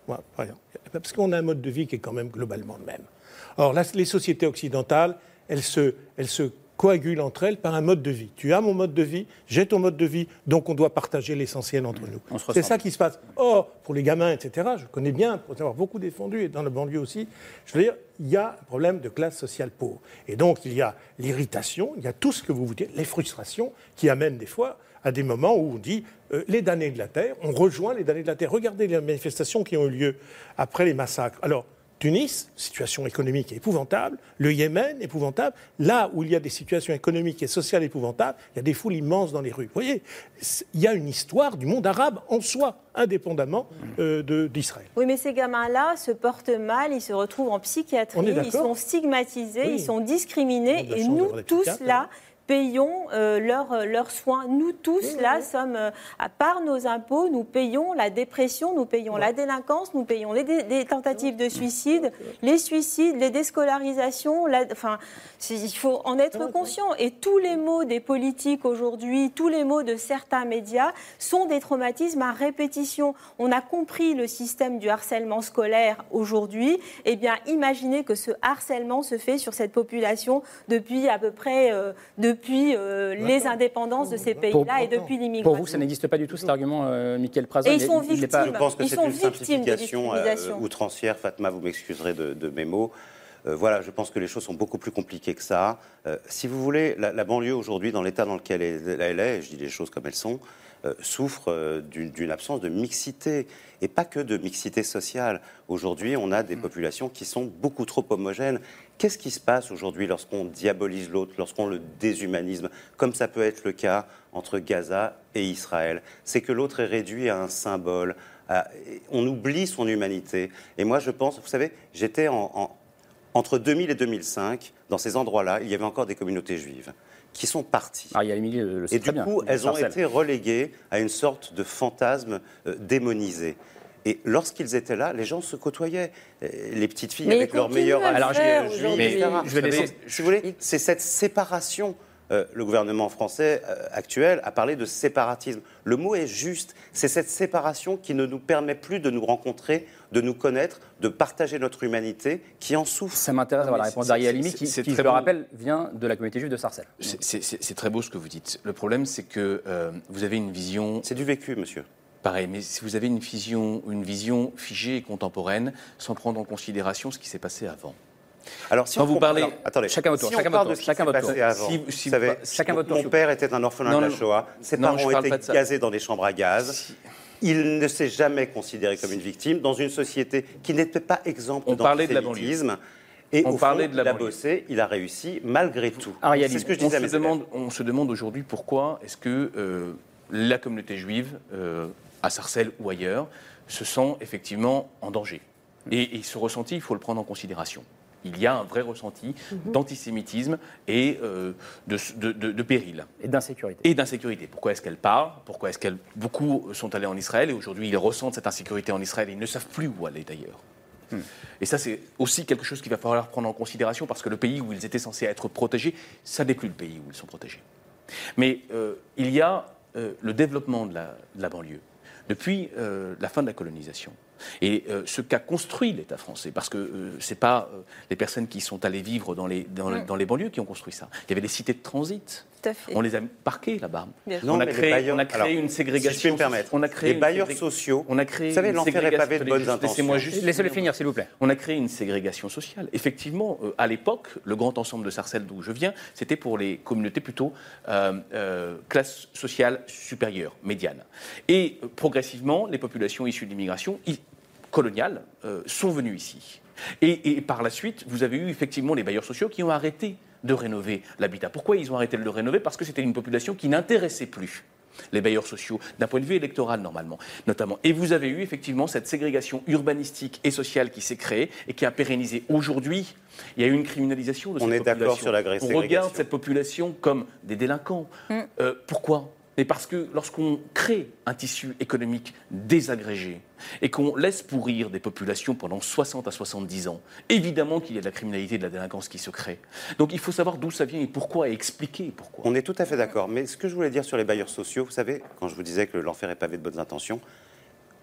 Moi, par exemple. Parce qu'on a un mode de vie qui est quand même globalement le même. Or, là, les sociétés occidentales, elles se, elles se coagulent entre elles par un mode de vie. Tu as mon mode de vie, j'ai ton mode de vie, donc on doit partager l'essentiel entre nous. C'est ça qui se passe. Or, pour les gamins, et cetera, je connais bien, pour avoir beaucoup défendu, et dans la banlieue aussi, je veux dire, il y a un problème de classe sociale pauvre. Et donc, il y a l'irritation, il y a tout ce que vous vous dites, les frustrations, qui amènent des fois à des moments où on dit euh, les damnés de la terre, on rejoint les damnés de la terre. Regardez les manifestations qui ont eu lieu après les massacres. Alors, Tunis, situation économique épouvantable, le Yémen, épouvantable. Là où il y a des situations économiques et sociales épouvantables, il y a des foules immenses dans les rues. Vous voyez, il y a une histoire du monde arabe en soi, indépendamment euh, de, d'Israël. Oui, mais ces gamins-là se portent mal, ils se retrouvent en psychiatrie, ils sont stigmatisés, oui. Ils sont discriminés, et nous tous là, payons euh, leurs leur soins. Nous tous, oui, là, oui. sommes, euh, à part nos impôts, nous payons la dépression, nous payons ouais. la délinquance, nous payons les, dé- les tentatives de suicide, les suicides, les déscolarisations. La, enfin, il faut en être ouais, conscient. Et tous les maux des politiques aujourd'hui, tous les maux de certains médias sont des traumatismes à répétition. On a compris le système du harcèlement scolaire aujourd'hui. Eh bien, imaginez que ce harcèlement se fait sur cette population depuis à peu près... Euh, depuis Depuis euh, les indépendances de ces pays-là pour, et depuis l'immigration. Pour vous, ça n'existe pas du tout cet argument, euh, Mickaël Prazol. Et ils sont victimes. Pas... Je pense que ils c'est sont une simplification euh, outrancière. Fatma, vous m'excuserez de, de mes mots. Euh, voilà, je pense que les choses sont beaucoup plus compliquées que ça. Euh, si vous voulez, la, la banlieue aujourd'hui, dans l'état dans lequel elle, elle est, et je dis les choses comme elles sont, euh, souffre euh, d'une, d'une absence de mixité. Et pas que de mixité sociale. Aujourd'hui, on a des mmh. populations qui sont beaucoup trop homogènes. Qu'est-ce qui se passe aujourd'hui lorsqu'on diabolise l'autre, lorsqu'on le déshumanise, comme ça peut être le cas entre Gaza et Israël? C'est que l'autre est réduit à un symbole. À... On oublie son humanité. Et moi, je pense, vous savez, j'étais en, en... entre deux mille et deux mille cinq, dans ces endroits-là, il y avait encore des communautés juives qui sont parties. Ah, il y a Émilie, le sait et très du bien, coup, elles ont été reléguées à une sorte de fantasme euh, démonisé. Et lorsqu'ils étaient là, les gens se côtoyaient. Les petites filles mais avec leurs meilleurs amis juifs, et cetera. Je vais laisser, si vous voulez, c'est cette séparation. Euh, le gouvernement français euh, actuel a parlé de séparatisme. Le mot est juste. C'est cette séparation qui ne nous permet plus de nous rencontrer, de nous connaître, de partager notre humanité, qui en souffre. Ça m'intéresse d'avoir la réponse d'Ariel Halimi, qui, qui je le rappelle, vient de la communauté juive de Sarcelles. C'est, c'est, c'est très beau ce que vous dites. Le problème, c'est que euh, vous avez une vision... C'est du vécu, monsieur. Pareil, mais si vous avez une vision, une vision figée et contemporaine, sans prendre en considération ce qui s'est passé avant. Alors, si Quand on vous comprend, parlez, alors, attendez, chacun votre tour, si chacun on parle votre de ce chacun qui s'est votre passé avant, si, si, vous savez, chacun votre mon tour. père était un orphelin non, de la non, Shoah, ses non, parents étaient gazés dans des chambres à gaz. Si. Il ne s'est jamais considéré comme une victime dans une société qui n'était pas exempte d'antisémitisme. Et on au parlait fond, de la il a banlieue. bossé, il a réussi malgré tout. Ariel, c'est ce que je on, disais se demande, on se demande aujourd'hui pourquoi est-ce que euh, la communauté juive, euh, à Sarcelles ou ailleurs, se sent effectivement en danger. Et, et ce ressenti, il faut le prendre en considération. Il y a un vrai ressenti mm-hmm. d'antisémitisme et euh, de, de, de, de péril. Et d'insécurité. Et d'insécurité. Pourquoi est-ce qu'elle part ? Pourquoi est-ce qu'elle... Beaucoup sont allés en Israël et aujourd'hui, ils ressentent cette insécurité en Israël et ils ne savent plus où aller d'ailleurs. Hmm. Et ça, c'est aussi quelque chose qu'il va falloir prendre en considération parce que le pays où ils étaient censés être protégés, ça n'est plus le pays où ils sont protégés. Mais euh, il y a euh, le développement de la, de la banlieue depuis euh, la fin de la colonisation. Et euh, ce qu'a construit l'État français, parce que euh, ce n'est pas euh, les personnes qui sont allées vivre dans les, dans, les, dans les banlieues qui ont construit ça. Il y avait des cités de transit. Tout à fait. On les a parquées là-bas. Non, on, a créé, bailleurs, on a créé alors, une ségrégation. Si je peux me permettre, on a créé les bailleurs ségrég... sociaux, on a créé vous savez, l'enfer est pavé de bonnes intentions. Laissez-moi juste Laissez-le finir, s'il vous plaît. On a créé une ségrégation sociale. Effectivement, euh, à l'époque, le grand ensemble de Sarcelles, d'où je viens, c'était pour les communautés plutôt euh, euh, classe sociale supérieure, médiane. Et euh, progressivement, les populations issues de l'immigration y- coloniales euh, sont venues ici. Et, et par la suite, vous avez eu effectivement les bailleurs sociaux qui ont arrêté de rénover l'habitat. Pourquoi ils ont arrêté de le rénover ? Parce que c'était une population qui n'intéressait plus les bailleurs sociaux, d'un point de vue électoral normalement, notamment. Et vous avez eu effectivement cette ségrégation urbanistique et sociale qui s'est créée et qui a pérennisé. Aujourd'hui, il y a eu une criminalisation de cette On est population. d'accord sur la On regarde cette population comme des délinquants. Mm. Euh, pourquoi ? Mais parce que lorsqu'on crée un tissu économique désagrégé et qu'on laisse pourrir des populations pendant soixante à soixante-dix ans, évidemment qu'il y a de la criminalité et de la délinquance qui se crée. Donc il faut savoir d'où ça vient et pourquoi, et expliquer pourquoi. On est tout à fait d'accord. Mais ce que je voulais dire sur les bailleurs sociaux, vous savez, quand je vous disais que l'enfer est pavé de bonnes intentions,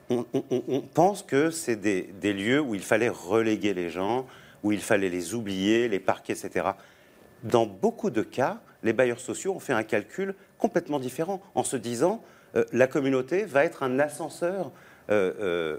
on, on, on pense que c'est des, des lieux où il fallait reléguer les gens, où il fallait les oublier, les parquer, et cetera. Dans beaucoup de cas, les bailleurs sociaux ont fait un calcul complètement différent, en se disant euh, la communauté va être un ascenseur euh, euh,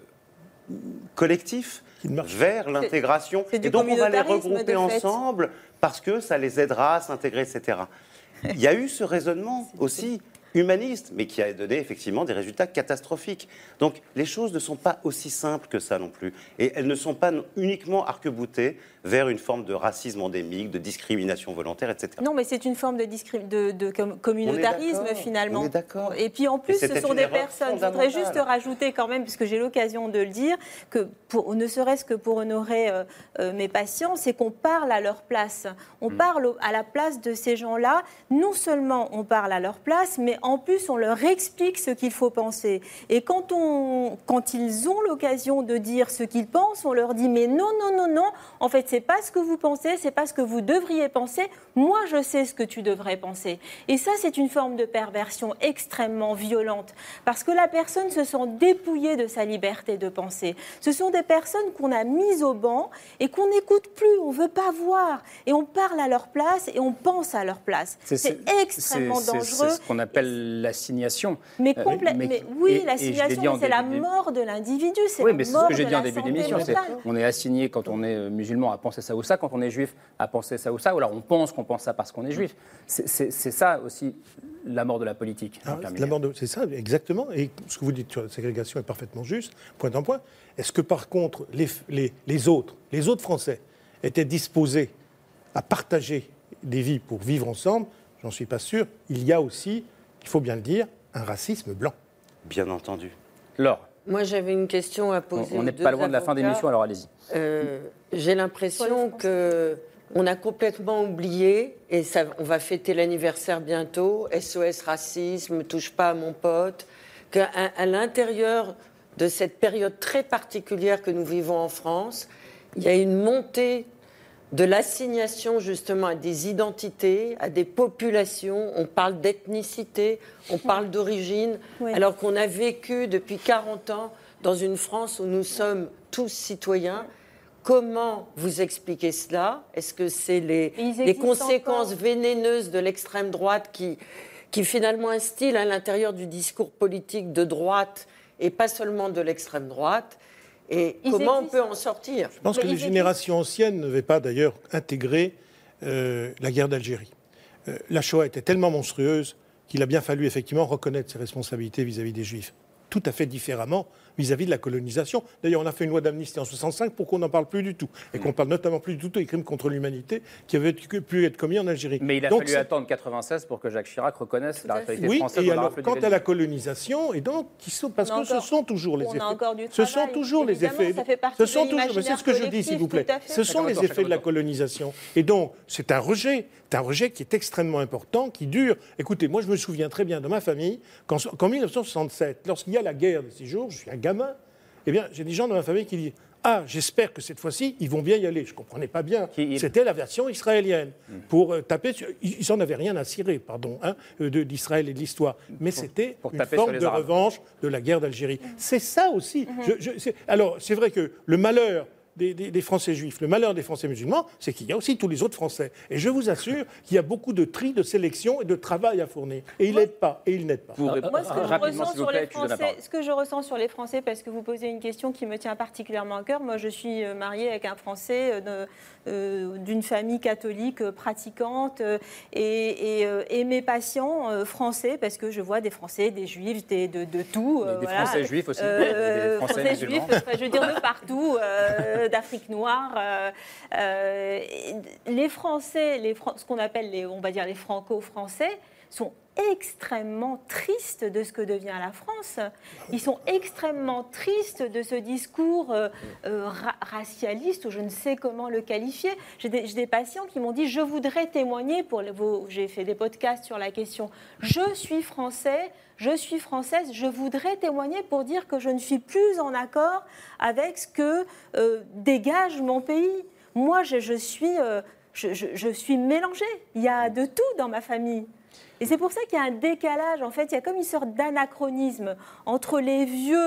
collectif vers l'intégration. C'est du Et donc on va les communautarisme, regrouper de fait. ensemble parce que ça les aidera à s'intégrer, et cetera. Il y a eu ce raisonnement aussi humaniste, mais qui a donné effectivement des résultats catastrophiques. Donc les choses ne sont pas aussi simples que ça non plus. Et elles ne sont pas uniquement arc-boutées vers une forme de racisme endémique, de discrimination volontaire, et cetera. Non, mais c'est une forme de, discri- de, de com- communautarisme, On est finalement. on est d'accord. Et puis en plus, Et ce c'était sont une des erreur personnes. Je voudrais fondamentale. juste rajouter quand même, puisque j'ai l'occasion de le dire, que pour, ne serait-ce que pour honorer euh, euh, mes patients, c'est qu'on parle à leur place. On Mm. parle au- à la place de ces gens-là. Non seulement on parle à leur place, mais en plus on leur explique ce qu'il faut penser. Et quand, on, quand ils ont l'occasion de dire ce qu'ils pensent, on leur dit mais non, non, non, non, en fait c'est pas ce que vous pensez, c'est pas ce que vous devriez penser, moi je sais ce que tu devrais penser. Et ça c'est une forme de perversion extrêmement violente, parce que la personne se sent dépouillée de sa liberté de penser. Ce sont des personnes qu'on a mises au banc et qu'on n'écoute plus, on veut pas voir, et on parle à leur place et on pense à leur place. C'est extrêmement c'est- dangereux. C'est ce qu'on appelle l'assignation. Mais, Euh, complè- mais- mais oui, et- et je l'ai l'assignation, dit en mais c'est la début- mort de l'individu, c'est Oui, la mais c'est ce mort que j'ai de dit en la début santé d'émission. c'est mentale. On est assigné, quand on est euh, musulman, à penser ça ou ça, quand on est juif, à penser ça ou ça, ou alors on pense qu'on pense ça parce qu'on est juif. C'est- C'est c'est ça aussi la mort de la politique. Ah, Jean-Pierre la Millier. mort de- c'est ça, exactement. Et ce que vous dites sur la ségrégation est parfaitement juste, point en point. Est-ce que par contre, les, les, les autres, les autres Français étaient disposés à partager des vies pour vivre ensemble? J'en suis pas sûr. Il y a aussi, il faut bien le dire, un racisme blanc. Bien entendu. Laure, Moi, j'avais une question à on poser. on aux n'est deux pas loin de la fin avocats. d'émission, alors allez-y. Euh, J'ai l'impression que on a complètement oublié, et ça, on va fêter l'anniversaire bientôt, S O S Racisme, touche pas à mon pote, qu'à à l'intérieur de cette période très particulière que nous vivons en France, il y a une montée de l'assignation justement à des identités, à des populations. On parle d'ethnicité, on parle d'origine, Oui. alors qu'on a vécu depuis quarante ans dans une France où nous sommes tous citoyens. Comment vous expliquez cela? Est-ce que c'est les, Ils les existent conséquences encore. vénéneuses de l'extrême droite qui, qui finalement instillent à l'intérieur du discours politique de droite et pas seulement de l'extrême droite? Et Ils comment on existent. peut en sortir? Je pense que les générations anciennes n'avaient pas d'ailleurs intégré euh, la guerre d'Algérie. Euh, la Shoah était tellement monstrueuse qu'il a bien fallu effectivement reconnaître ses responsabilités vis-à-vis des Juifs. Tout à fait différemment vis-à-vis de la colonisation. D'ailleurs, on a fait une loi d'amnistie en soixante-cinq pour qu'on n'en parle plus du tout. Et qu'on parle notamment plus du tout des crimes contre l'humanité qui avaient pu être commis en Algérie. Mais il a Donc, fallu c'est- attendre quatre-vingt-seize pour que Jacques Chirac reconnaisse la responsabilité Oui, française et dans la alors, rafle quant du à la Veldiv. colonisation, et donc, qui sont, parce On a que ce encore- sont toujours les on a effets. encore du ce sont travail, toujours les évidemment, effets. ça fait partie ce de sont toujours, mais c'est l'imaginaire ce que je dis, collectif, s'il vous plaît. tout à fait. Ce sont Chacun les votre tour, effets de la chacun colonisation. Et donc, c'est un rejet. C'est un rejet qui est extrêmement important, qui dure. Écoutez, moi, je me souviens très bien de ma famille, qu'en qu'en mille neuf cent soixante-sept, lorsqu'il y a la guerre de six jours, je suis un gamin, eh bien, j'ai des gens dans ma famille qui disent « Ah, j'espère que cette fois-ci, ils vont bien y aller ». Je ne comprenais pas bien. C'était la version israélienne. Pour euh, taper sur... Ils n'en avaient rien à cirer, pardon, hein, euh, de- d'Israël et de l'histoire. Mais c'était pour une taper sur forme les de Arabes. revanche de la guerre d'Algérie. C'est ça aussi. Je- je- c'est- Alors, c'est vrai que le malheur des, des- des Français juifs, le malheur des Français musulmans, c'est qu'il y a aussi tous les autres Français. Et je vous assure qu'il y a beaucoup de tri, de sélection et de travail à fournir. Et ils n'aident pas. Et ils n'aident pas. Pour Moi, ce que, je rapidement, ressens s'il vous sur plaît, les puis je donne la Français, parole. ce que je ressens sur les Français, parce que vous posez une question qui me tient particulièrement à cœur. Moi, je suis euh, mariée avec un Français euh, de- euh, d'une famille catholique euh, pratiquante euh, et, et, euh, et mes patients euh, français, parce que je vois des Français, des Juifs, des, de, de tout. Mais euh, des voilà. Français juifs aussi, Euh, des Français Français musulmans. juifs, enfin, je veux dire de partout, euh, d'Afrique noire. euh, euh, et les Français, les Fran- ce qu'on appelle les, on va dire les franco-français, sont extrêmement tristes de ce que devient la France. Ils sont extrêmement tristes de ce discours euh, euh, ra- racialiste, ou je ne sais comment le qualifier. J'ai des, j'ai des patients qui m'ont dit « Je voudrais témoigner pour les- vos... » J'ai fait des podcasts sur la question « Je suis français, je suis française, je voudrais témoigner pour dire que je ne suis plus en accord avec ce que euh, dégage mon pays. Moi, je, je suis, euh, je, je- je suis mélangée. Il y a de tout dans ma famille. » Et c'est pour ça qu'il y a un décalage. En fait, il y a comme une sorte d'anachronisme entre les vieux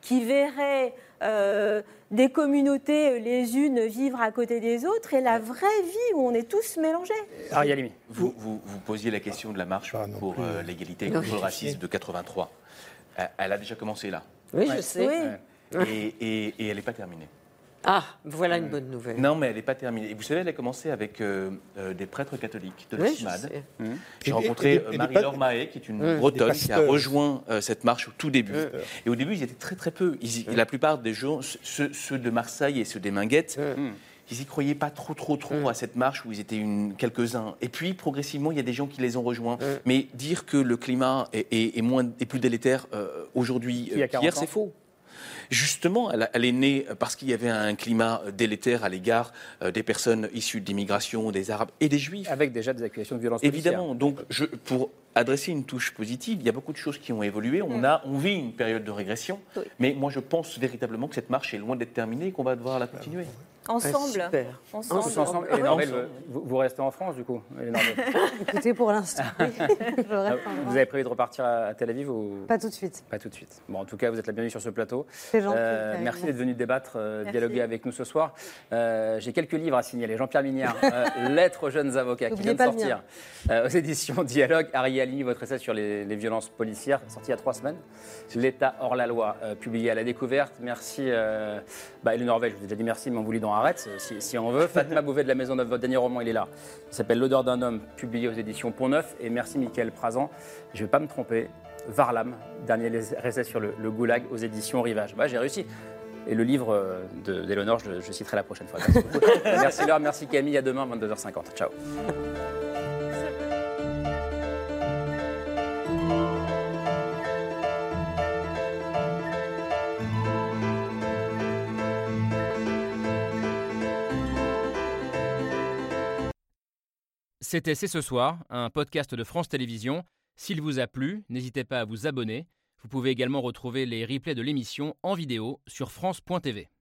qui verrait euh, des communautés, les unes vivre à côté des autres, et la vraie vie où on est tous mélangés. Ariel Halimi. Vous, vous, vous posiez la question de la marche ah, pour euh, l'égalité et contre le racisme de quatre-vingt-trois. Elle a déjà commencé là. Oui, ouais. je sais. Oui. Et, et, et elle n'est pas terminée. Ah, voilà une bonne nouvelle. Non, mais elle n'est pas terminée. Et vous savez, elle a commencé avec euh, euh, des prêtres catholiques de la oui, CIMAD. Mmh. J'ai rencontré euh, Marie-Laure Mahé, qui est une mmh. bretonne, qui a rejoint euh, cette marche au tout début. Mmh. Et au début, ils étaient très très peu. Ils, mmh. La plupart des gens, ceux, ceux de Marseille et ceux des Minguettes, mmh. ils n'y croyaient pas trop trop trop mmh. à cette marche où ils étaient une, quelques-uns. Et puis, progressivement, il y a des gens qui les ont rejoints. Mmh. Mais dire que le climat est, est, est, moins, est plus délétère euh, aujourd'hui qu'hier, c'est faux. Justement, elle, elle est née parce qu'il y avait un climat délétère à l'égard euh, des personnes issues de l'immigration, des Arabes et des Juifs. Avec déjà des accusations de violence policière. Évidemment. policière. Donc, je, pour adresser une touche positive, il y a beaucoup de choses qui ont évolué. On, a, on vit une période de régression. Oui. Mais moi, je pense véritablement que cette marche est loin d'être terminée et qu'on va devoir la continuer. Ensemble. Ah, super. Ensemble. Tous ensemble. Et les Norvégiens, vous, vous restez en France, du coup, les Écoutez, pour l'instant, oui. Je reste en Vous avez prévu de repartir à Tel Aviv ou... Pas tout de suite. Pas tout de suite. Bon, en tout cas, vous êtes la bienvenue sur ce plateau. C'est gentil. Euh, merci d'être venu débattre, euh, dialoguer avec nous ce soir. Euh, j'ai quelques livres à signaler. Jean-Pierre Mignard, euh, Lettres aux jeunes avocats, qui vient de sortir euh, aux éditions Dialogue. Ariel Halimi, votre essai sur les, les violences policières, sorti il y a trois semaines. L'État hors la loi, euh, publié à La Découverte. Merci, euh, bah, et le Norvège, je vous ai déjà dit merci, mais on vous lit dans Arrête, si, si on veut. Fatma Bouvet de la Maison Neuve, votre dernier roman, il est là. Il s'appelle L'odeur d'un homme, publié aux éditions Pont-Neuf. Et merci, Mickaël Prazan. Je ne vais pas me tromper. Varlam, dernier essai sur le, le goulag aux éditions Rivage. Bah, j'ai réussi. Et le livre d'Éléonore, je, je citerai la prochaine fois. Merci beaucoup. Merci Laure, merci Camille. À demain, vingt-deux heures cinquante. Ciao. C'était C'est ce soir, un podcast de France Télévisions. S'il vous a plu, n'hésitez pas à vous abonner. Vous pouvez également retrouver les replays de l'émission en vidéo sur France point T V.